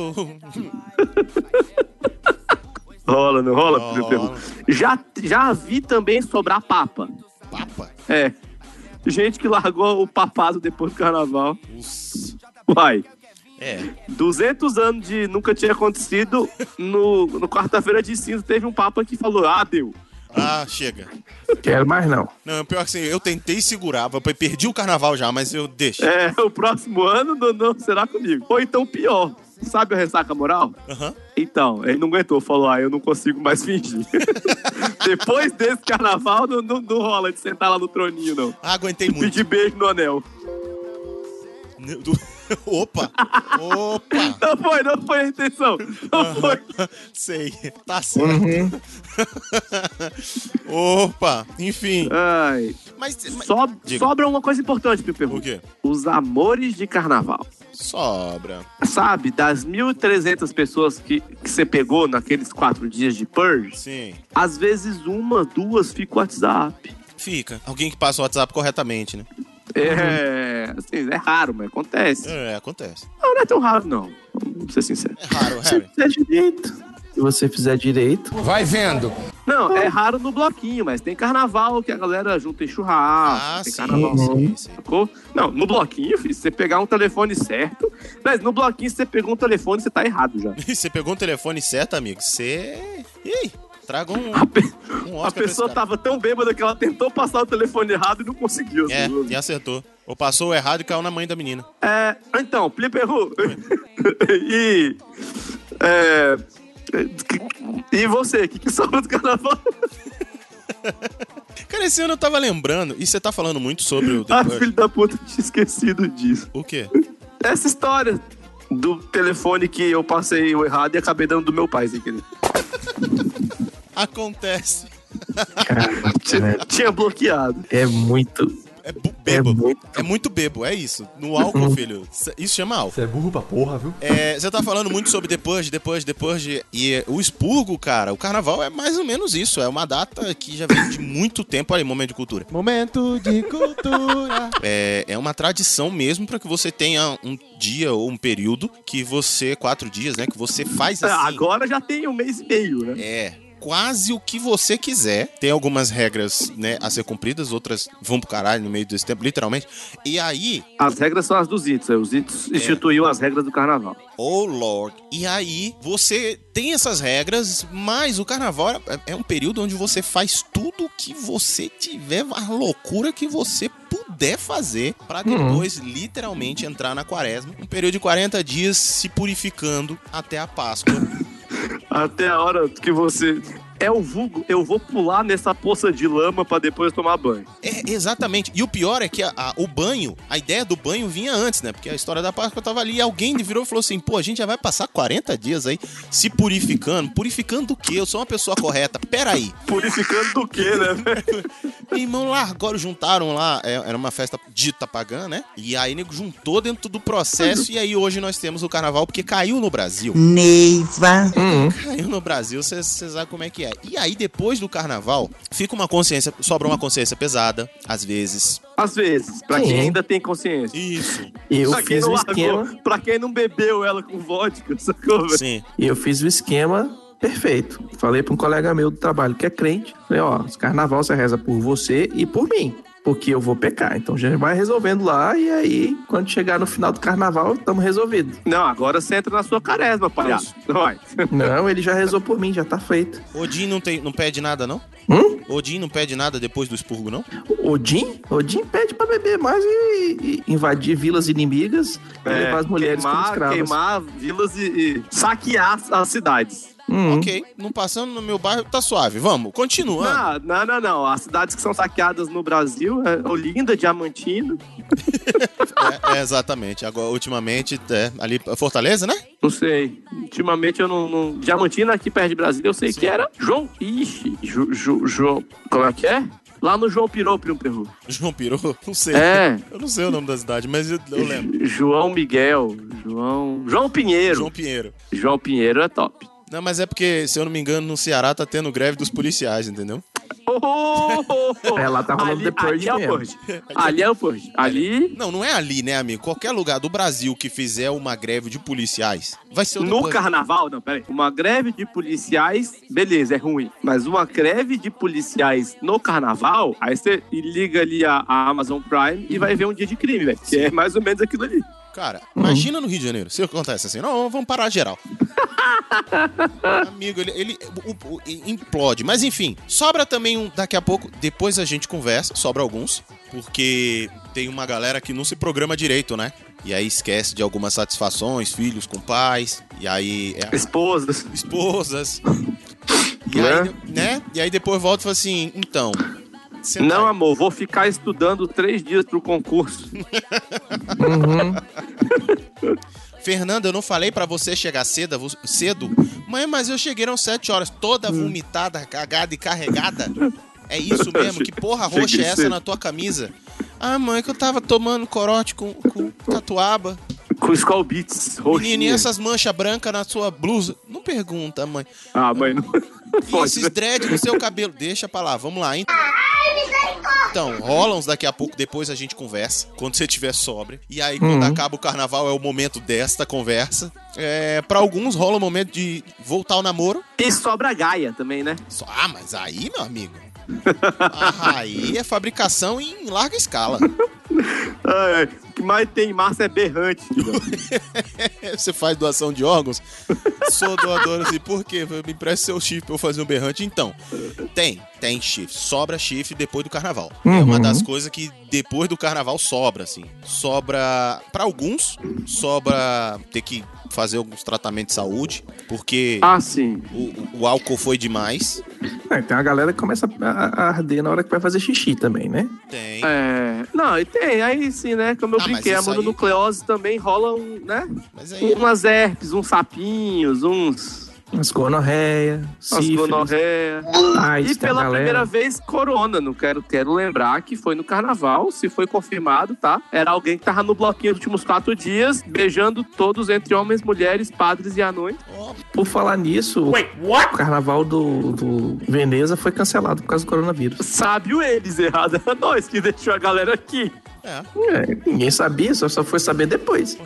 Speaker 3: Rola, não rola? Já vi também sobrar papa.
Speaker 2: Papa?
Speaker 3: Gente que largou o papado depois do carnaval. Uai. 200 anos de nunca tinha acontecido. No quarta-feira de cinza teve um papa que falou: deu.
Speaker 2: Chega.
Speaker 1: Quero mais não.
Speaker 2: Não, pior que assim, eu tentei segurar, perdi o carnaval já, mas eu deixo.
Speaker 3: O próximo ano não será comigo. Ou então pior. Sabe a ressaca moral? Então, ele não aguentou, falou: eu não consigo mais fingir. Depois desse carnaval, não rola de sentar lá no troninho, não.
Speaker 2: Aguentei muito.
Speaker 3: Pedir beijo no anel.
Speaker 2: Opa!
Speaker 3: Não foi a intenção. Não foi.
Speaker 2: Sei, tá certo. Opa, enfim. Mas
Speaker 3: sobra uma coisa importante, Piperru.
Speaker 2: O quê?
Speaker 3: Os amores de carnaval.
Speaker 2: Sobra.
Speaker 3: Sabe, das 1.300 pessoas que você pegou naqueles 4 dias de purge,
Speaker 2: sim,
Speaker 3: às vezes 1, 2 fica o WhatsApp.
Speaker 2: Fica. Alguém que passa o WhatsApp corretamente, né?
Speaker 3: Assim, é raro, mas acontece.
Speaker 2: Acontece.
Speaker 3: Não é tão raro, não. Vamos ser sincero.
Speaker 2: É raro, Harry.
Speaker 1: Se você fizer direito...
Speaker 6: Vai vendo.
Speaker 3: Não, é raro no bloquinho, mas tem carnaval que a galera junta em churrasco. Tem carnaval
Speaker 2: sim.
Speaker 3: Sacou? Não, no bloquinho, filho, se você pegar um telefone certo... Mas no bloquinho, se você pegou um telefone, você tá errado já.
Speaker 2: Você pegou um telefone certo, amigo? Você... E aí? Traga
Speaker 3: A pessoa tava tão bêbada que ela tentou passar o telefone errado e não conseguiu.
Speaker 2: E acertou. Ou passou o errado e caiu na mãe da menina.
Speaker 3: Então, Pliperru. E você, o que sobra do carnaval?
Speaker 2: Cara, esse ano eu tava lembrando, e você tá falando muito sobre o...
Speaker 3: filho da puta, tinha esquecido disso.
Speaker 2: O quê?
Speaker 3: Essa história do telefone que eu passei o errado e acabei dando do meu pai, sem querer.
Speaker 2: Acontece.
Speaker 1: Cara,
Speaker 3: tinha bloqueado.
Speaker 1: É muito...
Speaker 2: É muito bebo, é isso. No álcool, filho, isso chama álcool.
Speaker 16: Você é burro pra porra, viu?
Speaker 2: Você tá falando muito sobre depois. E o expurgo, cara, o carnaval é mais ou menos isso. É uma data que já vem de muito tempo. Olha aí, momento de cultura.
Speaker 6: Momento de cultura.
Speaker 2: É uma tradição mesmo pra que você tenha um dia ou um período que você, 4 dias, né, que você faz assim.
Speaker 3: Agora já tem 1 mês e meio, né?
Speaker 2: Quase o que você quiser. Tem algumas regras, né, a ser cumpridas, outras vão pro caralho no meio desse tempo, literalmente. E aí...
Speaker 3: As regras são as dos Itos. Os Itos instituiu as regras do carnaval.
Speaker 2: Oh, Lord. E aí, você tem essas regras, mas o carnaval é um período onde você faz tudo o que você tiver, a loucura que você puder fazer, pra depois, literalmente, entrar na quaresma. Um período de 40 dias se purificando até a Páscoa.
Speaker 3: Até a hora que você... É o vulgo, eu vou pular nessa poça de lama pra depois tomar banho.
Speaker 2: Exatamente. E o pior é que o banho, a ideia do banho vinha antes, né? Porque a história da Páscoa tava ali e alguém virou e falou assim, pô, a gente já vai passar 40 dias aí se purificando. Purificando do quê? Eu sou uma pessoa correta. Peraí.
Speaker 3: Purificando do quê, né, velho?
Speaker 2: Meu irmão, lá, agora juntaram lá, era uma festa dita pagã, né? E aí, nego, juntou dentro do processo e aí hoje nós temos o carnaval porque caiu no Brasil.
Speaker 15: Neiva.
Speaker 2: Caiu no Brasil, você sabe como é que é. E aí, depois do carnaval, sobra uma consciência pesada, às vezes.
Speaker 3: Às vezes, pra quem ainda tem consciência.
Speaker 2: Isso.
Speaker 1: Eu fiz o esquema...
Speaker 3: Pra quem não bebeu ela com vodka, sacou, velho?
Speaker 2: Sim.
Speaker 1: E eu fiz o esquema perfeito. Falei pra um colega meu do trabalho que é crente. Falei, esse carnaval você reza por você e por mim. Porque eu vou pecar. Então já vai resolvendo lá e aí, quando chegar no final do carnaval, estamos resolvidos.
Speaker 3: Não, agora você entra na sua quaresma, palhaço.
Speaker 1: Não, ele já rezou por mim, já tá feito.
Speaker 2: Odin não pede nada, não? Odin não pede nada depois do expurgo, não?
Speaker 1: Odin pede pra beber mais e invadir vilas inimigas e levar as mulheres como escravas.
Speaker 3: Queimar vilas e saquear as cidades.
Speaker 2: Ok, não passando no meu bairro, tá suave. Vamos, continuando.
Speaker 3: Não. As cidades que são saqueadas no Brasil é Olinda, Diamantina.
Speaker 2: Exatamente. Agora, ultimamente, ali, Fortaleza, né?
Speaker 3: Não sei. Ultimamente eu não... Diamantina, aqui perto de Brasília, eu sei que era João... João... Como é que é? Lá no João Pirou, Primo Perru.
Speaker 2: João Pirou? Não sei. Eu não sei o nome da cidade, mas eu lembro.
Speaker 3: João Miguel. João Pinheiro. João Pinheiro é top.
Speaker 2: Não, mas é porque, se eu não me engano, no Ceará tá tendo greve dos policiais, entendeu?
Speaker 1: Lá tá rolando The Purge mesmo.
Speaker 3: Ali é o Purge. Ali...
Speaker 2: Não é ali, né, amigo? Qualquer lugar do Brasil que fizer uma greve de policiais, vai ser o The
Speaker 3: No
Speaker 2: Purge.
Speaker 3: Carnaval? Não, peraí. Uma greve de policiais, beleza, é ruim. Mas uma greve de policiais no Carnaval, aí você liga ali a Amazon Prime e vai ver um dia de crime, velho. Que é mais ou menos aquilo ali.
Speaker 2: Cara, imagina no Rio de Janeiro, se acontece assim, não, vamos parar geral. Amigo, ele implode. Mas enfim, sobra também daqui a pouco, depois a gente conversa, sobra alguns, porque tem uma galera que não se programa direito, né? E aí esquece de algumas satisfações, filhos com pais, e aí...
Speaker 3: Esposas.
Speaker 2: E aí, né? E aí depois volta e fala assim, então...
Speaker 3: Não, amor, vou ficar estudando 3 dias pro concurso.
Speaker 2: Fernanda, eu não falei pra você chegar cedo? Mãe, mas eu cheguei às 7 horas, toda vomitada, cagada e carregada. É isso mesmo? Que porra roxa é essa na tua camisa? Ah, mãe, que eu tava tomando corote com catuaba.
Speaker 3: Com Skol Beats roxinha.
Speaker 2: Menino, e essas manchas brancas na sua blusa? Não pergunta, mãe.
Speaker 3: Mãe, não...
Speaker 2: E esses dread no seu cabelo? Deixa pra lá, vamos lá, hein? Então, rola uns daqui a pouco, depois a gente conversa, quando você estiver sóbrio. E aí, quando acaba o carnaval, é o momento desta conversa. Pra alguns, rola o momento de voltar ao namoro.
Speaker 3: E sobra Gaia também, né?
Speaker 2: Mas aí, meu amigo... aí é fabricação em larga escala.
Speaker 3: O que mais tem em massa é berrante.
Speaker 2: Você faz doação de órgãos? Sou doador assim, por quê? Me empresta seu chifre pra eu fazer um berrante. Então, tem chifre. Sobra chifre depois do carnaval. É uma das coisas que depois do carnaval sobra, assim. Sobra, pra alguns, sobra ter que fazer alguns tratamentos de saúde, porque
Speaker 3: sim.
Speaker 2: O álcool foi demais.
Speaker 1: Tem uma galera que começa a arder na hora que vai fazer xixi também, né?
Speaker 2: Tem.
Speaker 3: Não, e tem, aí sim, né? Como eu brinquei, a mononucleose também rola né? Umas herpes, uns sapinhos,
Speaker 1: umas gonorreia,
Speaker 3: e pela primeira vez, corona. Não quero lembrar que foi no carnaval, se foi confirmado, tá? Era alguém que tava no bloquinho nos últimos 4 dias, beijando todos entre homens, mulheres, padres e anões.
Speaker 1: Por falar nisso, o carnaval do Veneza foi cancelado por causa do coronavírus.
Speaker 3: Sabe eles, errado é nós que deixou a galera aqui.
Speaker 1: Ninguém sabia, só foi saber depois.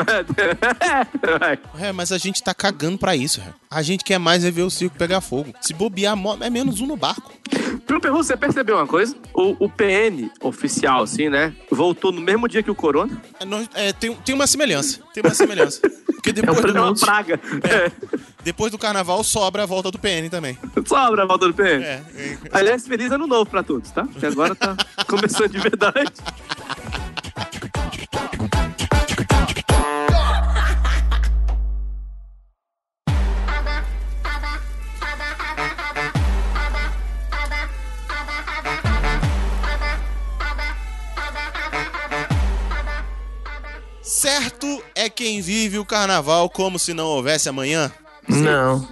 Speaker 2: Mas a gente tá cagando pra isso. A gente quer mais ver o circo pegar fogo. Se bobear, é menos um no barco.
Speaker 3: Pro Perru, você percebeu uma coisa? O PN oficial, assim, né? Voltou no mesmo dia que o Corona?
Speaker 2: Tem uma semelhança. Porque depois
Speaker 3: é uma praga.
Speaker 2: Depois do carnaval, sobra a volta do PN também.
Speaker 3: Sobra a volta do PN? Aliás, feliz ano novo pra todos, tá? Que agora tá começando de verdade.
Speaker 2: Certo é quem vive o carnaval como se não houvesse amanhã?
Speaker 1: Não.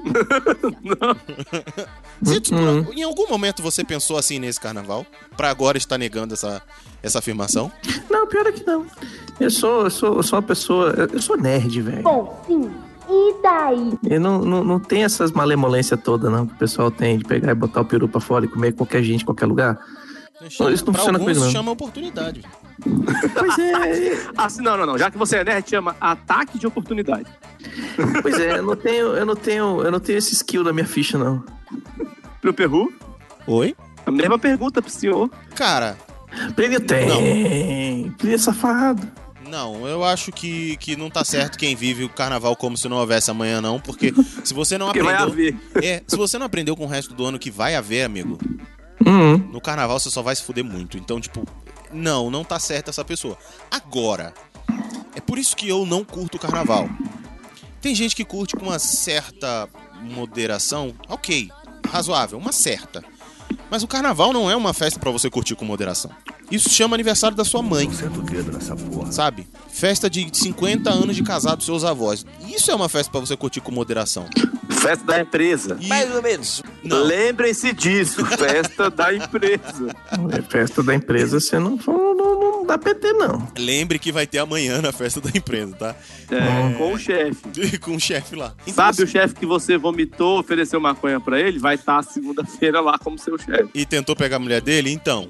Speaker 2: Em algum momento você pensou assim nesse carnaval? Pra agora estar negando essa afirmação?
Speaker 1: Não, pior é que não. Eu sou uma pessoa... Eu sou nerd, velho.
Speaker 4: Bom, sim. E daí?
Speaker 1: Eu não tem essas malemolências todas, não, que o pessoal tem de pegar e botar o peru pra fora e comer qualquer gente em qualquer lugar. Isso não funciona comigo, não.
Speaker 2: Chama oportunidade.
Speaker 1: Pois é.
Speaker 3: Assim, não. Já que você é nerd, chama ataque de oportunidade.
Speaker 1: Pois é, eu não tenho esse skill na minha ficha, não.
Speaker 3: Pro Perru?
Speaker 2: Oi?
Speaker 3: A mesma pergunta pro senhor.
Speaker 2: Cara...
Speaker 1: Prêmio tem. Prêmio safado.
Speaker 2: Não, eu acho que não tá certo quem vive o carnaval como se não houvesse amanhã, não. Porque se você não aprendeu...
Speaker 3: vai haver.
Speaker 2: Se você não aprendeu com o resto do ano que vai haver, amigo... No carnaval você só vai se fuder muito. Então, tipo, não tá certo essa pessoa. Agora, é por isso que eu não curto o carnaval. Tem gente que curte com uma certa moderação. Ok, razoável, uma certa. Mas o carnaval não é uma festa pra você curtir com moderação. Isso se chama aniversário da sua mãe. Sabe? Festa de 50 anos de casado dos seus avós. Isso é uma festa pra você curtir com moderação.
Speaker 3: Festa da empresa.
Speaker 13: Mais ou menos.
Speaker 3: Não. Lembrem-se disso. Festa da empresa.
Speaker 1: Festa da empresa, você não dá PT, não.
Speaker 2: Lembre que vai ter amanhã na festa da empresa, tá?
Speaker 3: Com o chefe.
Speaker 2: Com o chefe lá.
Speaker 3: Então, sabe o chefe que você vomitou, ofereceu maconha pra ele? Vai estar segunda-feira lá como seu chefe.
Speaker 2: E tentou pegar a mulher dele? Então...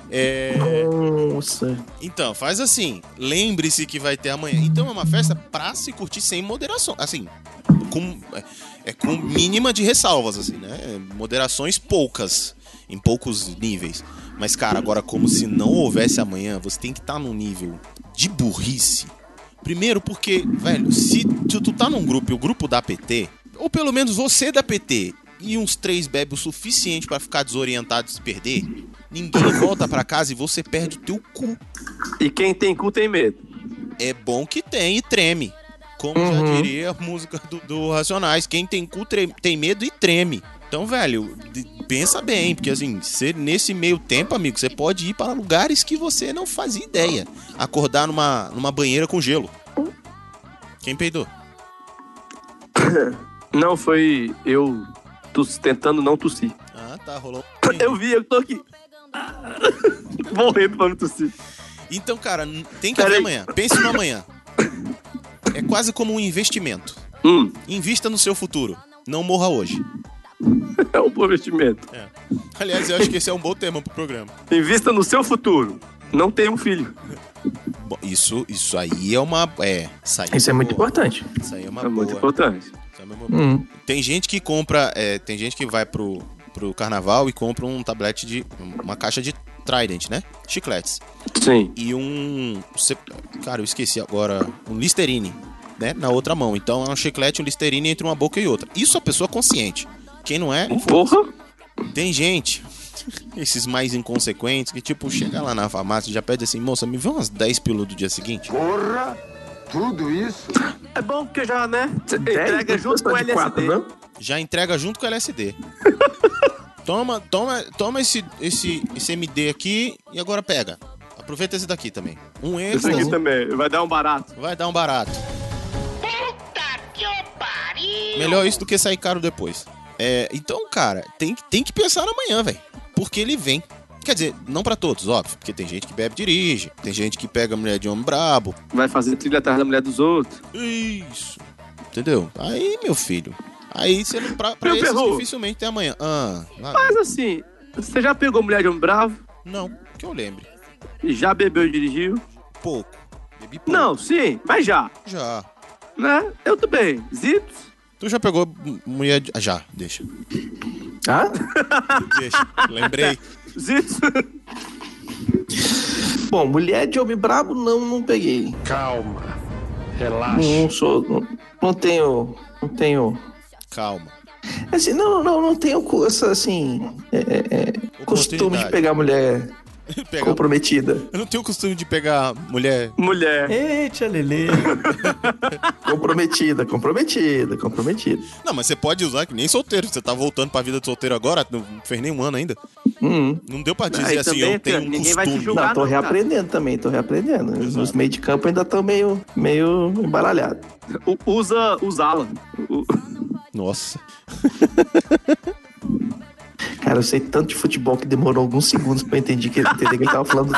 Speaker 1: Nossa.
Speaker 2: Então, faz assim. Lembre-se que vai ter amanhã. Então é uma festa pra se curtir sem moderação. Assim, com mínima de ressalvas, assim, né? Moderações poucas, em poucos níveis. Mas, cara, agora como se não houvesse amanhã, você tem que estar num nível de burrice. Primeiro porque, velho, se tu tá num grupo e o grupo da PT, ou pelo menos você da PT, e uns 3 bebe o suficiente pra ficar desorientado e se perder, ninguém volta pra casa e você perde o teu cu.
Speaker 3: E quem tem cu tem medo.
Speaker 2: É bom que tem e treme. Como já diria a música do Racionais, quem tem cu tem medo e treme. Então, velho, pensa bem, porque assim, nesse meio tempo, amigo, você pode ir para lugares que você não fazia ideia. Acordar numa banheira com gelo. Quem peidou?
Speaker 3: Não, foi eu tentando não tossir.
Speaker 2: Ah, tá, rolou.
Speaker 3: Eu tô aqui. Morrendo pra não tossir.
Speaker 2: Então, cara, tem que haver amanhã. Pense no amanhã. É quase como um investimento. Invista no seu futuro. Não morra hoje.
Speaker 3: É um bom investimento.
Speaker 2: Aliás, eu acho que esse é um bom tema pro programa.
Speaker 3: Invista no seu futuro. Não tenha um filho.
Speaker 2: Bom, isso aí é uma...
Speaker 1: Isso é muito importante.
Speaker 2: Isso aí é uma boa.
Speaker 3: Muito importante.
Speaker 2: Tem gente que compra... tem gente que vai pro carnaval e compra um tablete de... Uma caixa de Trident, né? Chicletes.
Speaker 3: Sim.
Speaker 2: E cara, eu esqueci agora. Um Listerine, né? Na outra mão. Então é um chiclete, um Listerine entre uma boca e outra. Isso a pessoa consciente. Quem não é...
Speaker 3: Porra!
Speaker 2: Tem gente... Esses mais inconsequentes que, tipo, chega lá na farmácia e já pede assim, moça, me vê umas 10 pílulas do dia seguinte.
Speaker 3: Porra!
Speaker 8: Tudo isso?
Speaker 3: É bom porque já, né? Entrega junto com o LSD.
Speaker 1: 4, não?
Speaker 2: Já entrega junto com o LSD. Toma esse MD aqui e agora pega. Aproveita esse daqui também. Um
Speaker 3: esse
Speaker 2: extra.
Speaker 3: aqui também. Vai dar um barato.
Speaker 2: Vai dar um barato.
Speaker 9: Puta que pariu!
Speaker 2: Melhor isso do que sair caro depois. Então, cara, tem que pensar no amanhã, velho. Porque ele vem. Quer dizer, não pra todos, óbvio. Porque tem gente que bebe e dirige. Tem gente que pega a mulher de homem brabo.
Speaker 3: Vai fazer trilha atrás da mulher dos outros.
Speaker 2: Isso. Entendeu? Aí, meu filho. Aí, você não, pra esses dificilmente tem amanhã.
Speaker 3: Mas assim, você já pegou mulher de homem bravo?
Speaker 2: Não, que eu lembre.
Speaker 3: Já bebeu e dirigiu?
Speaker 2: Pouco. Bebi pouco.
Speaker 3: Não, sim, mas já.
Speaker 2: Já.
Speaker 3: Né? Eu também. Zitos?
Speaker 2: Tu já pegou mulher de... já, deixa.
Speaker 1: Ah?
Speaker 2: Deixa, lembrei.
Speaker 3: Zitos?
Speaker 1: Bom, mulher de homem brabo não peguei.
Speaker 12: Calma. Relaxa.
Speaker 1: Não tenho...
Speaker 2: Calma.
Speaker 1: Assim, não tenho costume de pegar mulher comprometida.
Speaker 2: Eu não tenho costume de pegar mulher.
Speaker 1: Eita, Lelê. Comprometida.
Speaker 2: Não, mas você pode usar que nem solteiro. Você tá voltando pra vida de solteiro agora, não fez nem um ano ainda. Não deu pra dizer assim, eu tenho um costume.
Speaker 3: Vai te julgar,
Speaker 1: tô reaprendendo também,
Speaker 2: Exato.
Speaker 1: Os meios de campo ainda estão meio embaralhados.
Speaker 3: Usa Alan.
Speaker 2: Nossa.
Speaker 1: Cara, eu sei tanto de futebol que demorou alguns segundos pra eu entender que ele tava falando.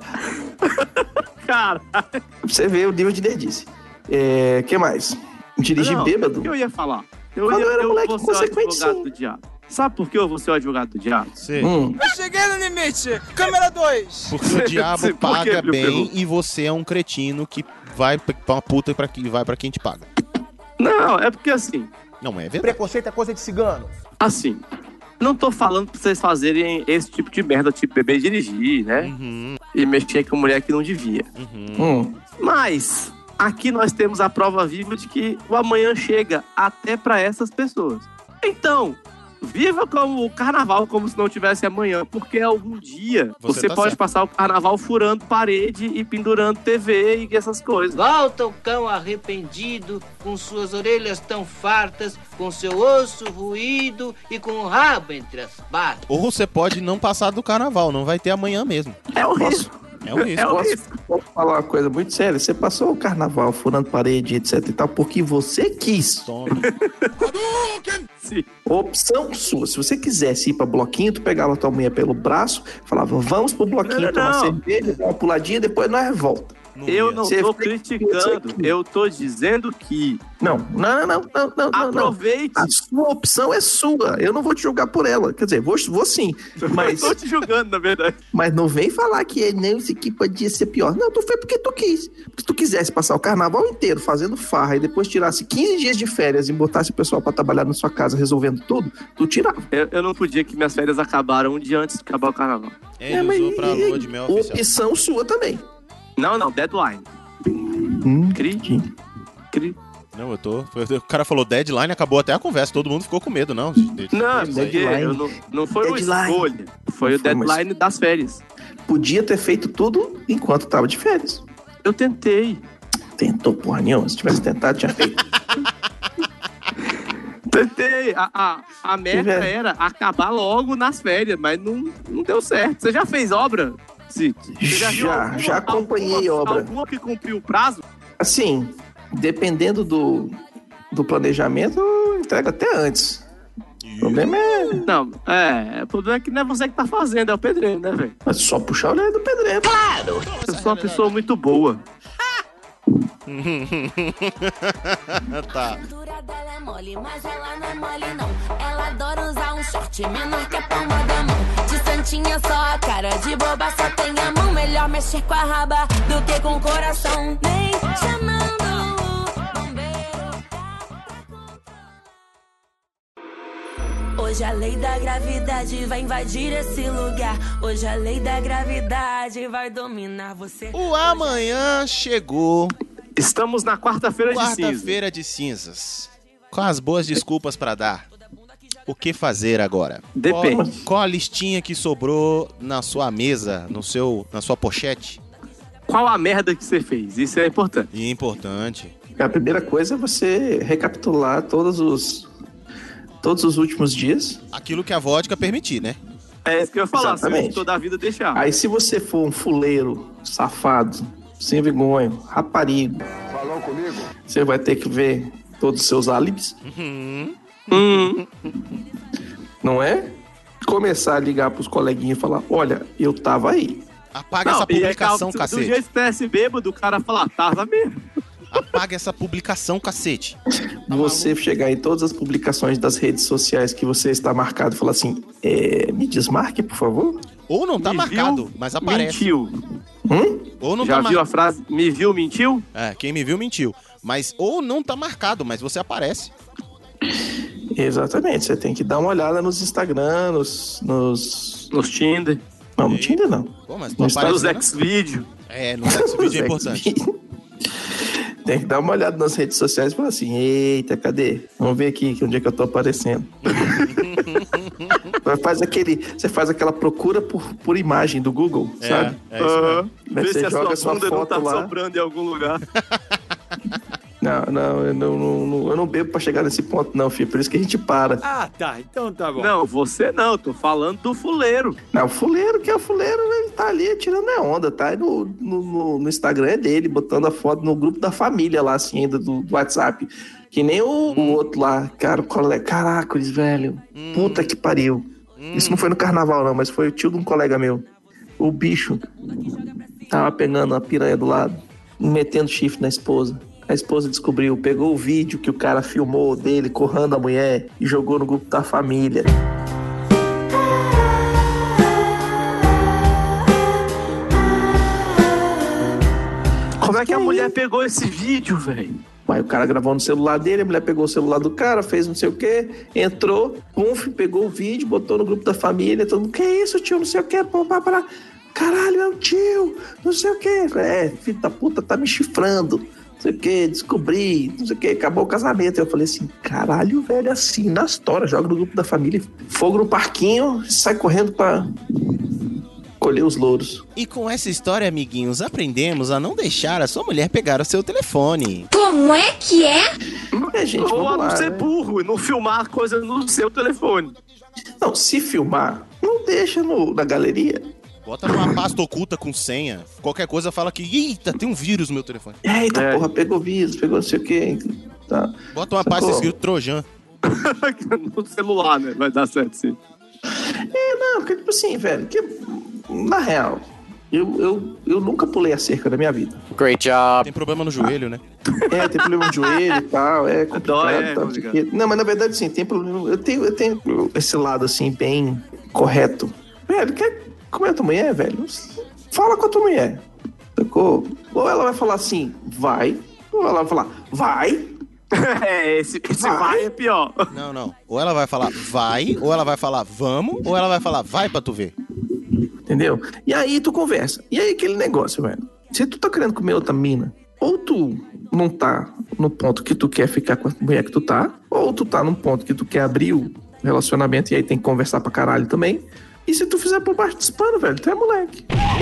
Speaker 3: Cara.
Speaker 1: Pra você ver o nível de nerdice. Que mais? Dirigir bêbado?
Speaker 3: O que eu ia falar?
Speaker 1: Eu era moleque consequente, sim.
Speaker 3: do diabo. Sabe por que eu vou ser o advogado do diabo?
Speaker 2: Sim.
Speaker 7: Eu cheguei no limite. Câmera 2.
Speaker 2: Porque o diabo paga bem e você é um cretino que vai pra uma puta e vai pra quem te paga.
Speaker 3: Não, é porque assim...
Speaker 2: Não, é verdade.
Speaker 8: Preconceito é coisa de cigano.
Speaker 3: Assim, não tô falando pra vocês fazerem esse tipo de merda, tipo beber e dirigir, né?
Speaker 2: Uhum.
Speaker 3: E mexer com mulher que não devia. Mas, aqui nós temos a prova viva de que o amanhã chega até pra essas pessoas. Então, viva como o carnaval como se não tivesse amanhã, porque algum dia você
Speaker 2: tá
Speaker 3: pode
Speaker 2: certo.
Speaker 3: passar o carnaval furando parede e pendurando TV e essas coisas.
Speaker 16: Volta o cão arrependido, com suas orelhas tão fartas, com seu osso ruído e com o rabo entre as patas.
Speaker 2: Ou você pode não passar do carnaval, não vai ter amanhã mesmo.
Speaker 1: É o risco.
Speaker 2: É um risco.
Speaker 1: Posso falar uma coisa muito séria? Você passou o carnaval furando parede, etc e tal, porque você quis.
Speaker 2: Toma.
Speaker 1: Opção sua. Se você quisesse ir pra bloquinho, tu pegava tua mulher pelo braço, falava, vamos pro bloquinho tomar cerveja, dar uma puladinha, depois nós volta.
Speaker 3: Eu não tô criticando, eu tô dizendo que...
Speaker 1: Não.
Speaker 3: Aproveite.
Speaker 1: A sua opção é sua, eu não vou te julgar por ela. Quer dizer, vou sim, mas...
Speaker 3: Eu tô te julgando, na verdade.
Speaker 1: Mas não vem falar que não, isso aqui podia ser pior. Não, tu fez porque tu quis. Porque se tu quisesse passar o carnaval inteiro fazendo farra e depois tirasse 15 dias de férias e botasse o pessoal pra trabalhar na sua casa resolvendo tudo, tu tirava.
Speaker 3: Eu não podia que minhas férias acabaram um dia antes de acabar o carnaval.
Speaker 2: Ele usou pra lua de mel oficial.
Speaker 1: Opção sua também.
Speaker 3: Não, deadline. Cri.
Speaker 2: Não, o cara falou deadline, acabou até a conversa, todo mundo ficou com medo, não.
Speaker 3: Não foi uma escolha, foi o deadline das férias.
Speaker 1: Podia ter feito tudo enquanto tava de férias.
Speaker 3: Eu tentei.
Speaker 1: Tentou porra nenhuma, se tivesse tentado, tinha feito.
Speaker 3: Tentei. A meta era acabar logo nas férias, mas não deu certo. Você já fez obra? Sim.
Speaker 1: Já acompanhei obra.
Speaker 3: Alguma que cumpriu o prazo?
Speaker 1: Assim, dependendo do planejamento, entrega até antes. O problema é...
Speaker 3: o problema é que não é você que tá fazendo, é o pedreiro, né, velho?
Speaker 1: É só puxar o olho do pedreiro.
Speaker 3: Claro! Eu sou uma pessoa muito boa.
Speaker 2: Tá.
Speaker 17: Ela é mole, mas ela não é mole não. Ela adora usar um short menor que a palma da mão. De santinha só a cara, de boba só tem a mão. Melhor mexer com a raba do que com o coração. Nem chamando o bombeiro. Hoje a lei da gravidade vai invadir esse lugar. Hoje a lei da gravidade vai dominar você.
Speaker 2: O amanhã chegou.
Speaker 3: Estamos na quarta-feira de cinzas.
Speaker 2: Quarta-feira de cinzas. Com as boas desculpas pra dar. O que fazer agora?
Speaker 3: Depende.
Speaker 2: Qual a listinha que sobrou na sua mesa, na sua pochete?
Speaker 3: qual a merda que você fez. Isso é importante.
Speaker 2: E importante.
Speaker 1: A primeira coisa é você recapitular todos os últimos dias.
Speaker 2: Aquilo que a vodka permitir, né?
Speaker 3: É isso que eu ia falar.
Speaker 1: Exatamente.
Speaker 3: Se toda a vida deixar.
Speaker 1: Aí se você for um fuleiro, safado, sem vergonha, raparigo...
Speaker 18: Falou comigo?
Speaker 1: Você vai ter que ver todos os seus álibis. Não é? Começar a ligar pros coleguinhas e falar, olha, eu tava aí.
Speaker 2: Apaga essa publicação, cacete.
Speaker 3: Do jeito que tivesse bêbado, o cara fala, tava mesmo.
Speaker 2: Apaga essa publicação, cacete.
Speaker 1: Você chegar em todas as publicações das redes sociais que você está marcado e falar assim, me desmarque, por favor.
Speaker 2: Ou não tá marcado, mas aparece.
Speaker 3: Mentiu.
Speaker 2: Ou não
Speaker 3: Já
Speaker 2: tá
Speaker 3: viu a frase, me viu, mentiu?
Speaker 2: É, quem me viu, mentiu. Mas ou não tá marcado, mas você aparece.
Speaker 1: Exatamente, você tem que dar uma olhada nos Instagram, nos
Speaker 3: Tinder.
Speaker 1: Não, no Tinder não.
Speaker 2: Pô, mas
Speaker 3: nos Xvideo.
Speaker 2: É, nos Xvideo é importante.
Speaker 1: Tem que dar uma olhada nas redes sociais e falar assim, eita, cadê? Vamos ver aqui onde é que eu tô aparecendo. Você faz aquela procura por imagem do Google, sabe?
Speaker 2: É isso mesmo.
Speaker 3: Vê se a
Speaker 1: joga
Speaker 3: sua bunda não tá
Speaker 1: lá.
Speaker 3: sobrando em algum lugar.
Speaker 1: Não, eu não bebo pra chegar nesse ponto não, filho. Por isso que a gente para.
Speaker 19: Ah, tá. Então tá bom.
Speaker 3: Não, você não. Tô falando do fuleiro.
Speaker 1: Não, o fuleiro, ele tá ali tirando a onda, tá? No Instagram é dele, botando a foto no grupo da família lá, assim, ainda do WhatsApp. Que nem o outro lá, cara, caracoles, velho. Puta que pariu. Isso não foi no carnaval, não, mas foi o tio de um colega meu. O bicho tava pegando a piranha do lado, metendo chifre na esposa. A esposa descobriu, pegou o vídeo que o cara filmou dele correndo a mulher e jogou no grupo da família.
Speaker 3: Como é que a mulher pegou esse vídeo, velho?
Speaker 1: Aí o cara gravou no celular dele, a mulher pegou o celular do cara, fez não sei o quê, entrou, pegou o vídeo, botou no grupo da família, todo mundo, que isso, tio, não sei o quê, para. Caralho, é o tio, não sei o quê. Filho da puta, tá me chifrando. Não sei o que, descobri, não sei o que, acabou o casamento. Eu falei assim, caralho, velho, assim, na história, joga no grupo da família, fogo no parquinho, sai correndo pra colher os louros.
Speaker 2: E com essa história, amiguinhos, aprendemos a não deixar a sua mulher pegar o seu telefone.
Speaker 17: Como é que é?
Speaker 1: Gente,
Speaker 3: ou a não
Speaker 1: lá,
Speaker 3: ser
Speaker 1: né?
Speaker 3: burro e não filmar coisa no seu telefone.
Speaker 1: Não, se filmar, não deixa na galeria.
Speaker 2: Bota numa pasta oculta com senha. Qualquer coisa fala que, eita, tem um vírus no meu telefone.
Speaker 1: Eita, porra, pegou vírus, pegou não sei o quê. Tá.
Speaker 2: Bota uma pasta escrito Trojan.
Speaker 3: No celular, né? Vai dar certo, sim.
Speaker 1: Não, porque tipo assim, velho, que na real, eu nunca pulei a cerca da minha vida.
Speaker 19: Great job.
Speaker 2: Tem problema no joelho, né?
Speaker 1: Tem problema no joelho e tal, é complicado.
Speaker 3: Dói,
Speaker 1: tal, não, mas na verdade, sim, tem problema. Eu tenho esse lado, assim, bem correto. Velho, como é a tua mulher, velho? Fala com a tua mulher, sacou? Ou ela vai falar assim, vai, ou ela vai falar, vai.
Speaker 3: Esse vai é pior.
Speaker 2: Não. Ou ela vai falar, vai, ou ela vai falar, vamos, ou ela vai falar, vai pra tu ver.
Speaker 1: Entendeu? E aí tu conversa. E aí aquele negócio, velho. Se tu tá querendo comer outra mina, ou tu não tá no ponto que tu quer ficar com a mulher que tu tá, ou tu tá num ponto que tu quer abrir o relacionamento e aí tem que conversar pra caralho também. E se tu fizer por baixo dos panos, velho, tu é moleque.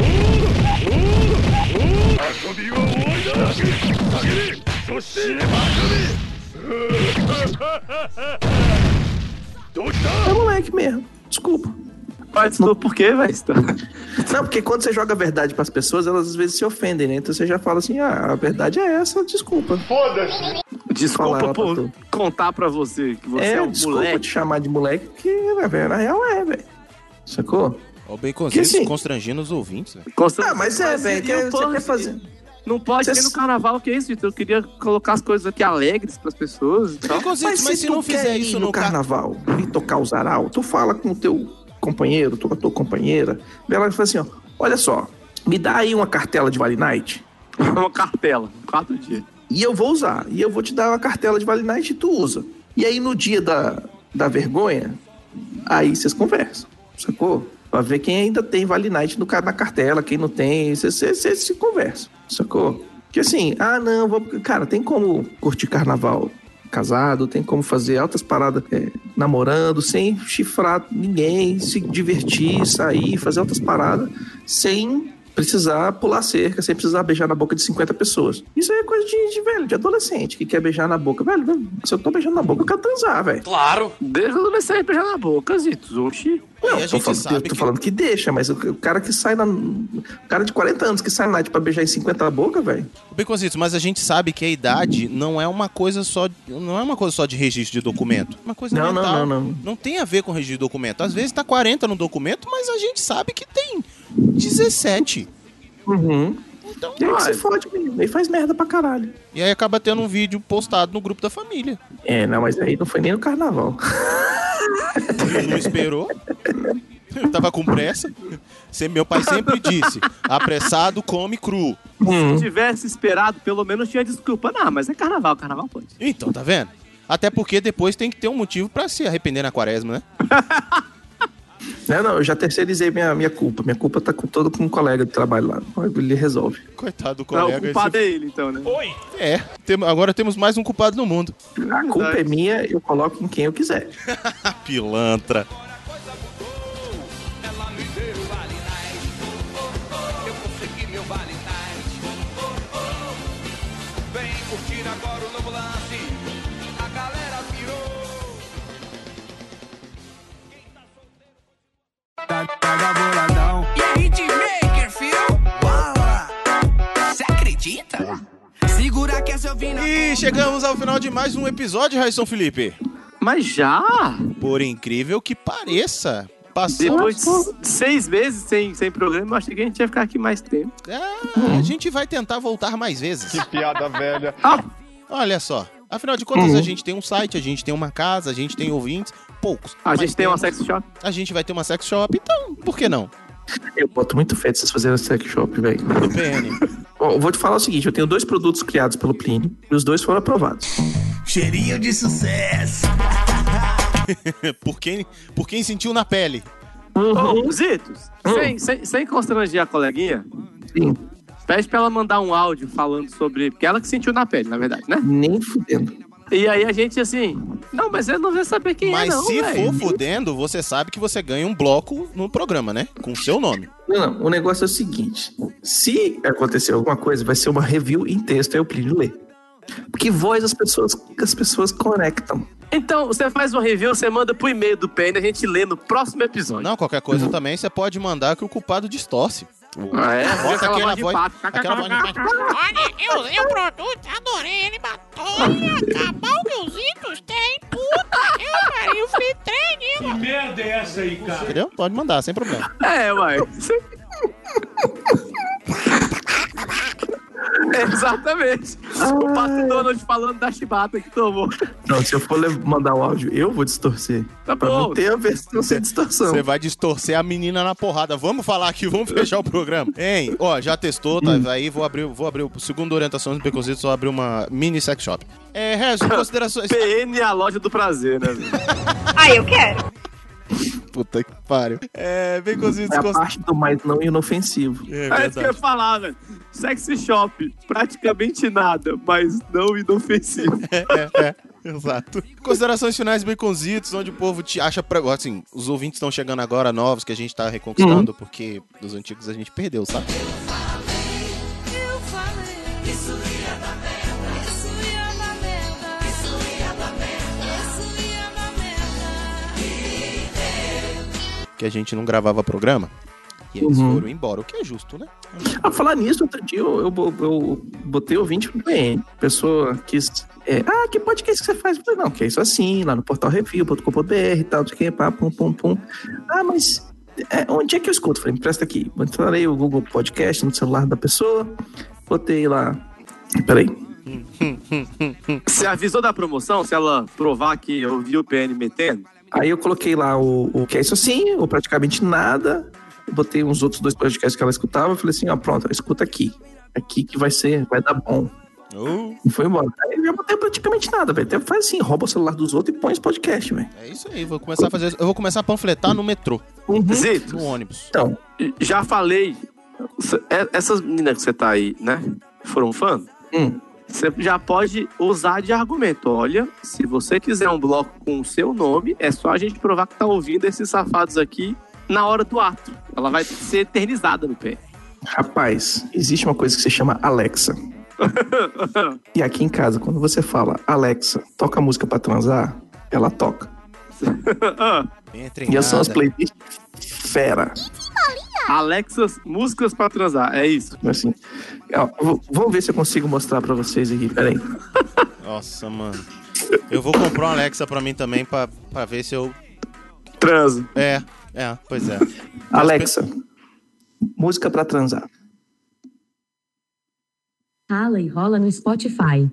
Speaker 1: É moleque mesmo. Desculpa.
Speaker 3: Mas por quê, velho?
Speaker 1: Não, porque quando você joga a verdade pras pessoas, elas às vezes se ofendem, né? Então você já fala assim, a verdade é essa, desculpa.
Speaker 3: Foda-se. Desculpa por contar pra você que você é um
Speaker 1: desculpa
Speaker 3: moleque.
Speaker 1: Te chamar de moleque, que na real velho. Sacou?
Speaker 2: O Baconzitos constrangindo os ouvintes, velho.
Speaker 1: Mas velho, você quer fazer...
Speaker 3: Não pode ter no carnaval, que é isso, Vitor? Eu queria colocar as coisas aqui alegres pras pessoas e tal.
Speaker 1: Mas se não fizer isso no carnaval e tocar o zaral, tu fala com o teu companheiro, com a tua companheira, ela fala assim, ó, olha só, me dá aí uma cartela de Vale Night.
Speaker 3: Uma cartela, 4 dias.
Speaker 1: E eu vou usar, e eu vou te dar uma cartela de Vale Night e tu usa. E aí no dia da vergonha, aí vocês conversam, sacou? Pra ver quem ainda tem Vale Night na cartela, quem não tem, vocês se conversam, sacou? Que assim, cara, tem como curtir carnaval casado, tem como fazer altas paradas namorando, sem chifrar ninguém, se divertir, sair, fazer altas paradas, sem precisar pular cerca, sem precisar beijar na boca de 50 pessoas. Isso aí é coisa de velho, de adolescente, que quer beijar na boca. Velho, se eu tô beijando na boca, eu quero transar, velho.
Speaker 3: Claro. Deixa o adolescente beijar na boca, Zito. Oxi.
Speaker 1: Não, eu tô falando que deixa, mas o cara que sai o cara de 40 anos que sai na night pra beijar em 50 boca, velho.
Speaker 2: Baconzitos, mas a gente sabe que a idade não é uma coisa só de registro de documento. Uma coisa mental. Não tem a ver com registro de documento. Às vezes tá 40 no documento, mas a gente sabe que tem 17.
Speaker 1: Uhum. Então, e aí que se fode, menino. Aí faz merda pra caralho.
Speaker 2: E aí acaba tendo um vídeo postado no grupo da família.
Speaker 1: Não, mas aí não foi nem no carnaval.
Speaker 2: Ele não esperou. Eu tava com pressa. Meu pai sempre disse: apressado come cru.
Speaker 3: Se tivesse esperado, pelo menos tinha desculpa. Não, mas é carnaval pode.
Speaker 2: Então, tá vendo? Até porque depois tem que ter um motivo pra se arrepender na quaresma, né?
Speaker 1: Não, eu já terceirizei minha culpa. Minha culpa tá com um colega de trabalho lá. Ele resolve.
Speaker 2: Coitado do colega.
Speaker 3: O culpado é ele, então, né?
Speaker 2: Oi! Agora temos mais um culpado no mundo.
Speaker 1: A culpa é minha, eu coloco em quem eu quiser.
Speaker 2: Pilantra.
Speaker 15: Pega boladão.
Speaker 18: E a Hitmaker, filho? Você acredita? Segura que essa eu vim na...
Speaker 2: E chegamos ao final de mais um episódio, Raíssa Felipe.
Speaker 3: Mas já?
Speaker 2: Por incrível que pareça.
Speaker 3: Depois de 6 meses sem programa, eu achei que a gente ia ficar aqui mais tempo.
Speaker 2: A gente vai tentar voltar mais vezes.
Speaker 10: Que piada velha.
Speaker 2: Olha só. Afinal de contas, a gente tem um site, a gente tem uma casa, a gente tem ouvintes, poucos.
Speaker 3: A gente tem uma sex shop.
Speaker 2: A gente vai ter uma sex shop, então, por que não?
Speaker 1: Eu boto muito fé de vocês fazerem sex shop, velho.
Speaker 2: Do PN.
Speaker 1: Eu vou te falar o seguinte, eu tenho 2 produtos criados pelo Plínio e os 2 foram aprovados.
Speaker 18: Cheirinho de sucesso.
Speaker 2: Por quem sentiu na pele.
Speaker 3: Zitos, sem constranger a coleguinha.
Speaker 1: Sim.
Speaker 3: Pede pra ela mandar um áudio falando sobre... Porque ela que sentiu na pele, na verdade, né?
Speaker 1: Nem fudendo.
Speaker 3: E aí a gente assim... Não, mas eu não vou saber quem
Speaker 2: mas
Speaker 3: é, não,
Speaker 2: se for fudendo, você sabe que você ganha um bloco no programa, né? Com o seu nome.
Speaker 1: Não, o negócio é o seguinte. Se acontecer alguma coisa, vai ser uma review em texto, aí o Plínio lê. Porque voz as pessoas conectam.
Speaker 3: Então, você faz uma review, você manda pro e-mail do PN, a gente lê no próximo episódio.
Speaker 2: Não, qualquer coisa também você pode mandar que o culpado distorce.
Speaker 3: Bota
Speaker 2: aquela voz.
Speaker 9: Olha, eu usei o produto, adorei, ele matou. Acabar o que os Zitos têm, puta. Eu faria o free trade.
Speaker 12: Que merda é essa aí, cara?
Speaker 2: Entendeu? Pode mandar, sem problema.
Speaker 3: Uai. Exatamente. O Pato Donald falando da chibata que tomou.
Speaker 1: Não, se eu for mandar o áudio, eu vou distorcer.
Speaker 3: Tá
Speaker 1: pra
Speaker 3: bom.
Speaker 1: Não ter a versão sem distorção.
Speaker 2: Você vai distorcer a menina na porrada. Vamos falar aqui, vamos fechar o programa. Hein? Ó, já testou, tá? Aí vou abrir segundo orientações do Baconzitos, só abrir uma mini sex shop. Rezo, considerações...
Speaker 3: PN é a loja do prazer, né?
Speaker 4: Eu quero.
Speaker 2: Puta que pariu. Baconzitos...
Speaker 1: É a parte do mais não inofensivo.
Speaker 3: É isso que eu ia falar, velho. Sexy shop, praticamente nada, mas não inofensivo.
Speaker 2: Exato. Considerações finais, Baconzitos, onde o povo te acha... Assim, os ouvintes estão chegando agora, novos, que a gente tá reconquistando, porque dos antigos a gente perdeu, sabe? Que a gente não gravava programa. E eles foram embora, o que é justo, né?
Speaker 1: Falar nisso, outro dia eu botei ouvinte pro PN. Pessoa quis... que podcast que você faz? Eu falei, não, que é isso assim, lá no portal review.com.br e tal, de que pá, pum. Mas onde é que eu escuto? Eu falei, me presta aqui. Eu instalei o Google Podcast no celular da pessoa, botei lá... Peraí.
Speaker 3: Você avisou da promoção? Se ela provar que eu vi o PN metendo?
Speaker 1: Aí eu coloquei lá o que é isso assim, ou praticamente nada. Eu botei uns outros 2 podcasts que ela escutava. Eu falei assim, pronto, escuta aqui. Aqui que vai dar bom. E foi embora. Aí eu já botei praticamente nada, velho. Até faz assim, rouba o celular dos outros e põe esse podcast, velho.
Speaker 2: É isso aí, eu vou começar a panfletar no metrô.
Speaker 3: Zito,
Speaker 2: no ônibus.
Speaker 3: Então, já falei, essas meninas que você tá aí, né, foram fã? Você já pode usar de argumento. Olha, se você quiser um bloco com o seu nome, é só a gente provar que tá ouvindo esses safados aqui na hora do ato. Ela vai ser eternizada no pé.
Speaker 1: Rapaz, existe uma coisa que se chama Alexa. E aqui em casa, quando você fala Alexa, toca música pra transar, ela toca. E são as playlists fera.
Speaker 3: Alexa, músicas pra transar, é isso.
Speaker 1: Assim, vamos ver se eu consigo mostrar pra vocês aqui, peraí.
Speaker 2: Nossa, mano. Eu vou comprar uma Alexa pra mim também, pra ver se eu...
Speaker 3: transo.
Speaker 2: Pois é.
Speaker 1: Alexa, música pra transar.
Speaker 20: Rala e rola no Spotify.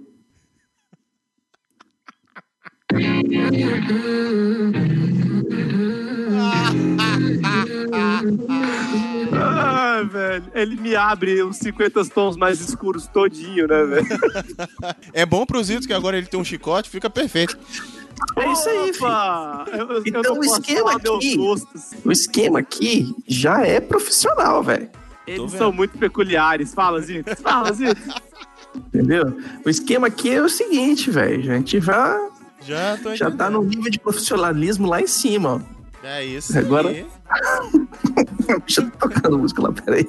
Speaker 3: Velho, ele me abre os 50 tons mais escuros todinho, né, velho?
Speaker 2: É bom pro Zito que agora ele tem um chicote, fica perfeito.
Speaker 1: É isso aí, filho. Então o esquema aqui já é profissional, velho.
Speaker 3: Eles são muito peculiares. Fala, Zito.
Speaker 1: Entendeu? O esquema aqui é o seguinte, velho. A gente já tá no nível de profissionalismo lá em cima, ó.
Speaker 2: É isso.
Speaker 1: Agora. Deixa eu tocando música lá, peraí.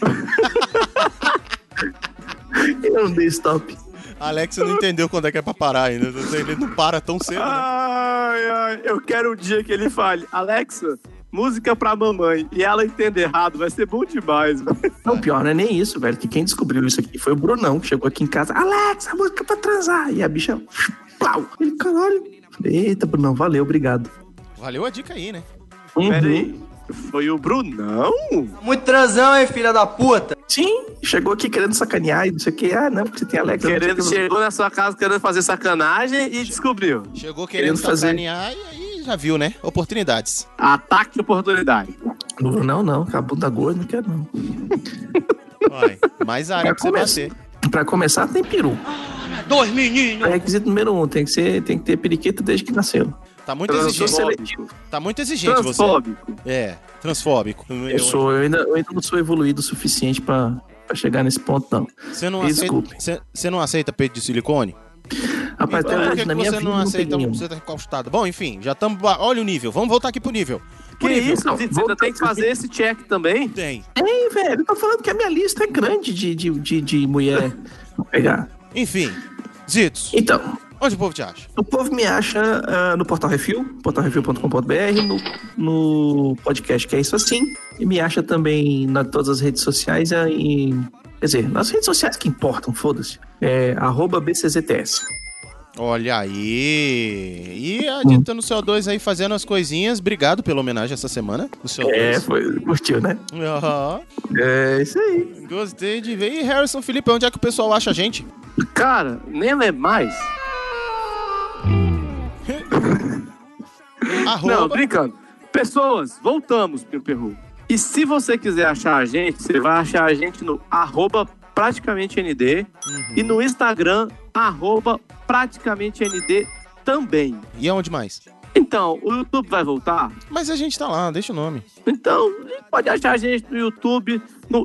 Speaker 1: Eu não dei stop.
Speaker 2: Alexa não entendeu quando é que é pra parar ainda. Ele não para tão cedo, né?
Speaker 3: Eu quero um dia que ele fale, Alexa, música pra mamãe, e ela entender errado, vai ser bom demais, velho.
Speaker 1: Não, pior não é nem isso, velho, que quem descobriu isso aqui foi o Brunão, que chegou aqui em casa, Alexa, música pra transar, e a bicha, plau, ele, caralho. Eita, Brunão, valeu, obrigado.
Speaker 2: Valeu a dica aí, né?
Speaker 3: Peraí, foi o Brunão?
Speaker 15: Muito transão, hein, filha da puta?
Speaker 1: Sim, chegou aqui querendo sacanear e não sei o que. Não, porque você tem Alexa.
Speaker 3: Chegou na sua casa querendo fazer sacanagem e descobriu.
Speaker 2: Chegou querendo sacanear e aí já viu, né? Oportunidades.
Speaker 3: Ataque de oportunidade.
Speaker 1: Não, com a bunda gorda, não quero não.
Speaker 2: Olha, mais área pra você bater.
Speaker 1: Pra começar, tem peru.
Speaker 9: 2 meninos.
Speaker 1: É requisito número 1, tem que ter periquito desde que nasceu.
Speaker 2: Tá muito exigente. Tá muito exigente
Speaker 3: transfóbico.
Speaker 2: Você. Transfóbico.
Speaker 1: Eu ainda não sou evoluído o suficiente pra chegar nesse ponto, não.
Speaker 2: Você não aceita peito de silicone?
Speaker 1: Rapaz, até hoje na minha
Speaker 2: vida não aceita você tá encostado. Bom, enfim, já estamos... Olha o nível. Vamos voltar aqui pro nível.
Speaker 3: Que isso, você ainda tem que fazer esse check também?
Speaker 2: Tem,
Speaker 1: velho. Eu tô falando que a minha lista é grande de mulher pra pegar.
Speaker 2: Enfim, Zitos.
Speaker 1: Então...
Speaker 2: Onde o povo te acha?
Speaker 1: O povo me acha no Portal Refil, portalrefil.com.br, no podcast que é isso assim, e me acha também nas todas as redes sociais, quer dizer, nas redes sociais que importam, foda-se, @BCZTS.
Speaker 2: Olha aí! E a Dita no CO2 aí fazendo as coisinhas, obrigado pela homenagem essa semana no CO2.
Speaker 1: Curtiu, né? É isso aí.
Speaker 2: Gostei de ver. E Harrison Felipe, onde é que o pessoal acha a gente?
Speaker 3: Cara, nem lembro mais. Não, brincando. Pessoas, voltamos, Pio Perru. E se você quiser achar a gente, você vai achar a gente no @praticamenteND e no Instagram @praticamenteND também.
Speaker 2: E aonde mais?
Speaker 3: Então, o YouTube vai voltar?
Speaker 2: Mas a gente tá lá, deixa o nome.
Speaker 3: Então, pode achar a gente no YouTube, no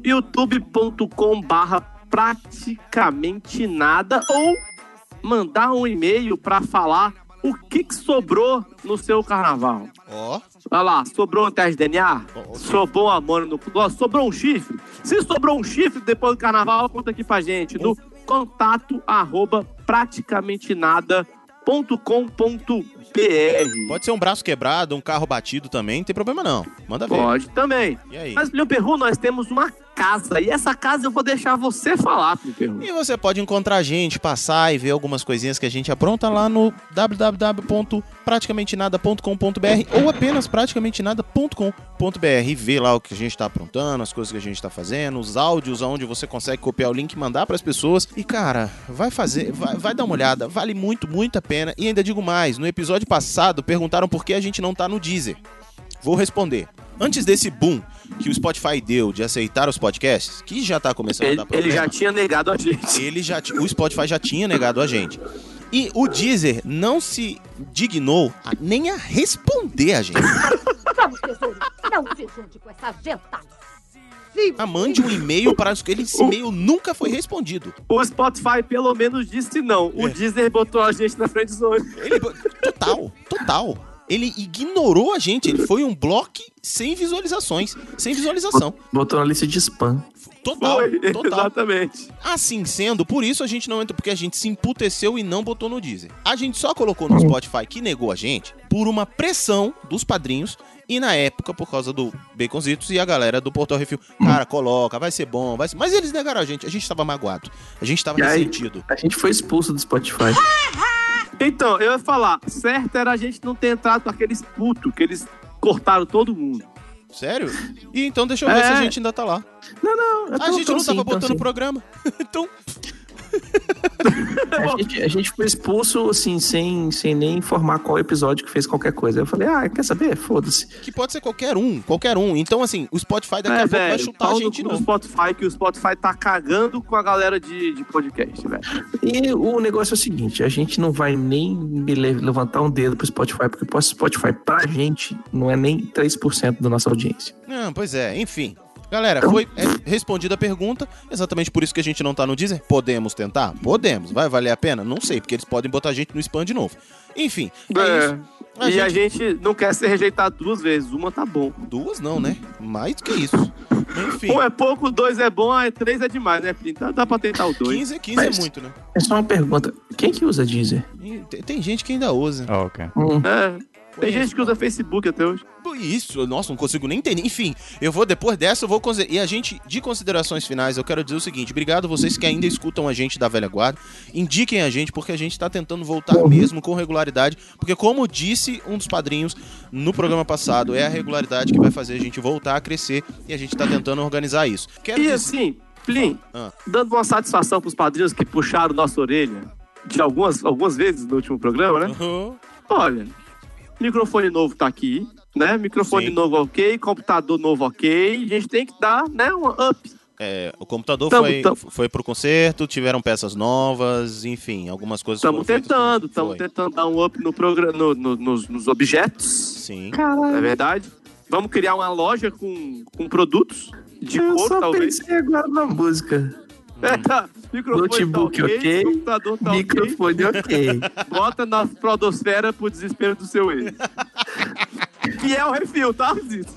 Speaker 3: youtube.com/praticamente nada ou mandar um e-mail pra falar o que sobrou no seu carnaval. Olha lá, sobrou um teste de DNA? Sobrou um amor no... Sobrou um chifre? Se sobrou um chifre depois do carnaval, conta aqui pra gente no contato@praticamentenada.com.br.
Speaker 2: Pode ser um braço quebrado, um carro batido também, não tem problema não. Manda ver.
Speaker 3: Pode também.
Speaker 2: E aí?
Speaker 3: Mas, Pio Perru, nós temos uma casa. E essa casa eu vou deixar você falar, Pio Perru.
Speaker 2: E você pode encontrar a gente, passar e ver algumas coisinhas que a gente apronta lá no www.praticamentenada.com.br ou apenas praticamentenada.com.br e ver lá o que a gente tá aprontando, as coisas que a gente tá fazendo, os áudios onde você consegue copiar o link e mandar pras pessoas. E, cara, vai dar uma olhada. Vale muito, muito a pena. E ainda digo mais, no episódio passado perguntaram por que a gente não tá no Deezer. Vou responder. Antes desse boom que o Spotify deu de aceitar os podcasts, que já tá começando a dar problema.
Speaker 3: Ele já tinha negado a gente.
Speaker 2: O Spotify já tinha negado a gente. E o Deezer não se dignou nem a responder a gente.
Speaker 4: Vamos, tesouro, não se junte com essa gentalha.
Speaker 2: Mande um e-mail para ele. Esse e-mail nunca foi respondido.
Speaker 3: O Spotify pelo menos disse não. O Deezer botou a gente na frente zone.
Speaker 2: Total. Ele ignorou a gente. Ele foi um bloco sem visualizações, sem visualização.
Speaker 1: Botou na lista de spam.
Speaker 2: Total.
Speaker 3: Exatamente.
Speaker 2: Assim sendo, por isso a gente não entra, porque a gente se emputeceu e não botou no Deezer. A gente só colocou no Spotify, que negou a gente, por uma pressão dos padrinhos e na época, por causa do Baconzitos e a galera do Portal Refil. Cara, coloca, vai ser bom, vai ser... Mas eles negaram a gente tava magoado, a gente tava ressentido.
Speaker 1: A gente foi expulso do Spotify.
Speaker 3: Então, eu ia falar, certo era a gente não ter entrado com aqueles putos, que eles cortaram todo mundo.
Speaker 2: Sério? E então deixa eu ver se a gente ainda tá lá.
Speaker 1: Não.
Speaker 2: A gente não tava botando o programa. Então...
Speaker 1: A gente foi expulso, assim, sem nem informar qual episódio que fez qualquer coisa. Eu falei, quer saber? Foda-se.
Speaker 2: Que pode ser qualquer um. Então, assim, o Spotify daqui a pouco vai chutar a gente
Speaker 3: no Spotify, que o Spotify tá cagando com a galera de podcast, velho.
Speaker 1: E o negócio é o seguinte, a gente não vai nem levantar um dedo pro Spotify, porque o Spotify, pra gente, não é nem 3% da nossa audiência.
Speaker 2: Não, pois é, enfim. Galera, foi respondida a pergunta, exatamente por isso que a gente não tá no Deezer. Podemos tentar? Podemos. Vai valer a pena? Não sei, porque eles podem botar a gente no spam de novo. Enfim, é isso.
Speaker 3: A gente não quer ser rejeitado 2 vezes, uma tá bom.
Speaker 2: 2 não, né? Mais do que isso. Enfim.
Speaker 3: 1 é pouco, 2 é bom, 3 é demais, né? Então dá pra tentar o 2.
Speaker 2: 15 é muito, né?
Speaker 1: É só uma pergunta, quem que usa Deezer?
Speaker 2: Tem gente que ainda usa.
Speaker 21: Ok.
Speaker 3: Tem gente que usa Facebook até hoje.
Speaker 2: Isso, nossa, não consigo nem entender. Enfim, depois dessa eu vou considerar. E a gente, de considerações finais, eu quero dizer o seguinte: obrigado vocês que ainda escutam a gente da velha guarda. Indiquem a gente, porque a gente tá tentando voltar mesmo com regularidade. Porque, como disse um dos padrinhos no programa passado, é a regularidade que vai fazer a gente voltar a crescer. E a gente tá tentando organizar isso.
Speaker 3: Assim, Plim, dando uma satisfação pros padrinhos que puxaram nossa orelha de algumas vezes no último programa, né? Olha. Microfone novo tá aqui, né? Microfone novo ok, computador novo ok. A gente tem que dar, né, um up.
Speaker 2: O computador foi pro concerto, tiveram peças novas, enfim, algumas coisas.
Speaker 3: Estamos tentando dar um up no programa, nos objetos.
Speaker 2: Sim.
Speaker 3: Caralho. É verdade. Vamos criar uma loja com produtos de couro, talvez.
Speaker 1: Eu só pensei agora na música.
Speaker 3: Notebook
Speaker 1: tá ok,
Speaker 3: computador tá
Speaker 1: microfone ok.
Speaker 3: Bota na podosfera pro desespero do seu ex. Que é o refil, tá, Zito?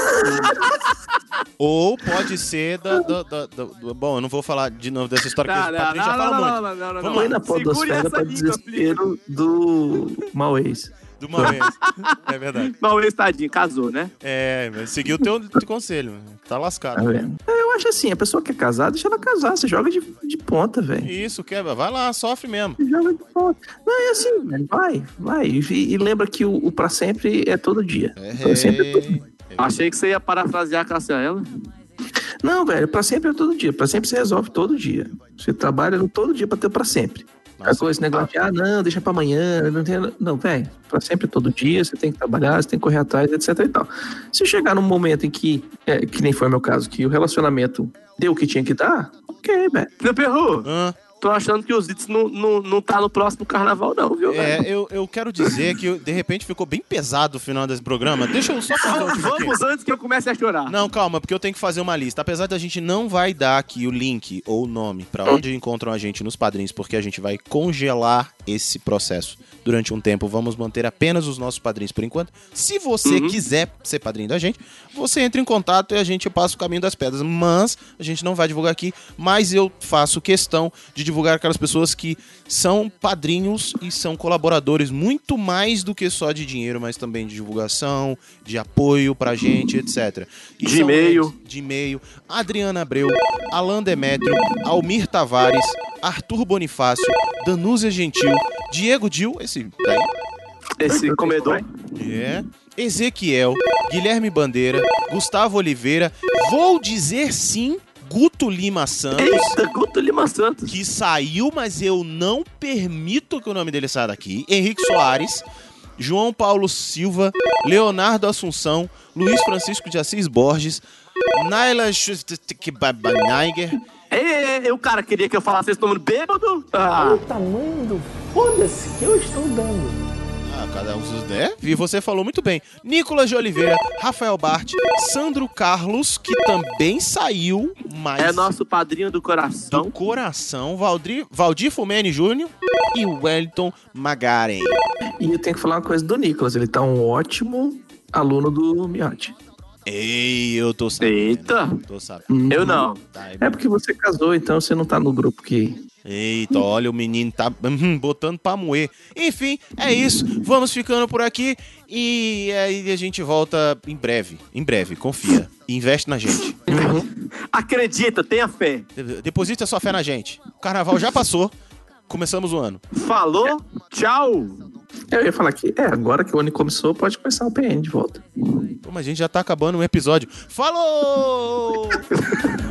Speaker 2: Ou pode ser bom, eu não vou falar de novo dessa história, que o Patrícia já fala muito.
Speaker 1: Vamos lá na podosfera pra desespero do mau ex.
Speaker 2: Do Mauês. É verdade.
Speaker 3: Mauês, tadinho, casou, né?
Speaker 2: Mas seguiu o teu conselho. Tá lascado.
Speaker 1: Eu acho assim, a pessoa que é casada, deixa ela casar. Você joga de ponta, velho.
Speaker 2: Isso, quebra. Vai lá, sofre mesmo.
Speaker 1: Joga de ponta. Não, é assim, velho. Vai. E lembra que o pra sempre é todo dia. Pra sempre é todo dia.
Speaker 3: Achei que você ia parafrasear a Cassiela.
Speaker 1: Não, velho, pra sempre é todo dia. Pra sempre você resolve todo dia. Você trabalha todo dia pra ter pra sempre. Esse negócio de, não, deixa pra amanhã. Não, velho, pra sempre todo dia, você tem que trabalhar, você tem que correr atrás, etc e tal. Se chegar num momento em que nem foi o meu caso, que o relacionamento deu o que tinha que dar, ok, velho.
Speaker 3: Meu perro, tô achando que os Itz não tá no próximo carnaval, não, viu, velho?
Speaker 2: Eu quero dizer que de repente ficou bem pesado o final desse programa. Deixa eu só fazer
Speaker 3: Vamos antes que eu comece a chorar.
Speaker 2: Não, calma, porque eu tenho que fazer uma lista. Apesar da gente não vai dar aqui o link ou o nome pra onde encontram a gente nos padrinhos, porque a gente vai congelar esse processo durante um tempo. Vamos manter apenas os nossos padrinhos por enquanto. Se você quiser ser padrinho da gente, você entra em contato e a gente passa o caminho das pedras. Mas a gente não vai divulgar aqui, mas eu faço questão de divulgar aquelas pessoas que são padrinhos e são colaboradores muito mais do que só de dinheiro, mas também de divulgação, de apoio pra gente, etc.
Speaker 3: De
Speaker 2: e-mail, Adriana Abreu, Alan Demétrio, Almir Tavares, Arthur Bonifácio, Danúzia Gentil, Diego Dil,
Speaker 3: esse comedor,
Speaker 2: Ezequiel, Guilherme Bandeira, Gustavo Oliveira, vou dizer sim, Guto Lima Santos.
Speaker 3: Eita, Guto Lima Santos.
Speaker 2: Que saiu, mas eu não permito que o nome dele saia daqui. Henrique Soares, João Paulo Silva, Leonardo Assunção, Luiz Francisco de Assis Borges, Naila Schustbaniger.
Speaker 3: O cara queria que eu falasse esse nome bêbado?
Speaker 8: Olha o tamanho do foda-se que eu estou dando.
Speaker 2: Cada um dos E você falou muito bem. Nicolas de Oliveira, Rafael Bart, Sandro Carlos, que também saiu, mas...
Speaker 3: É nosso padrinho do coração.
Speaker 2: Do coração, Valdir Fumene Júnior e Wellington Magaren.
Speaker 1: E eu tenho que falar uma coisa do Nicolas, ele tá um ótimo aluno do Miotti.
Speaker 2: Ei, eu tô sabendo.
Speaker 3: Eita.
Speaker 2: Tô sabendo.
Speaker 3: Eu não.
Speaker 2: Tá,
Speaker 1: É porque você casou, então você não tá no grupo que...
Speaker 2: Eita, olha, o menino tá botando pra moer. Enfim, é isso. Vamos ficando por aqui. E aí a gente volta em breve. Em breve, confia. Investe na gente.
Speaker 3: Acredita, tenha fé.
Speaker 2: Deposita sua fé na gente. O carnaval já passou. Começamos o ano.
Speaker 3: Falou, tchau.
Speaker 1: Eu ia falar que agora que o ano começou, pode começar o PN de volta.
Speaker 2: Pô, mas a gente já tá acabando um episódio. Falou!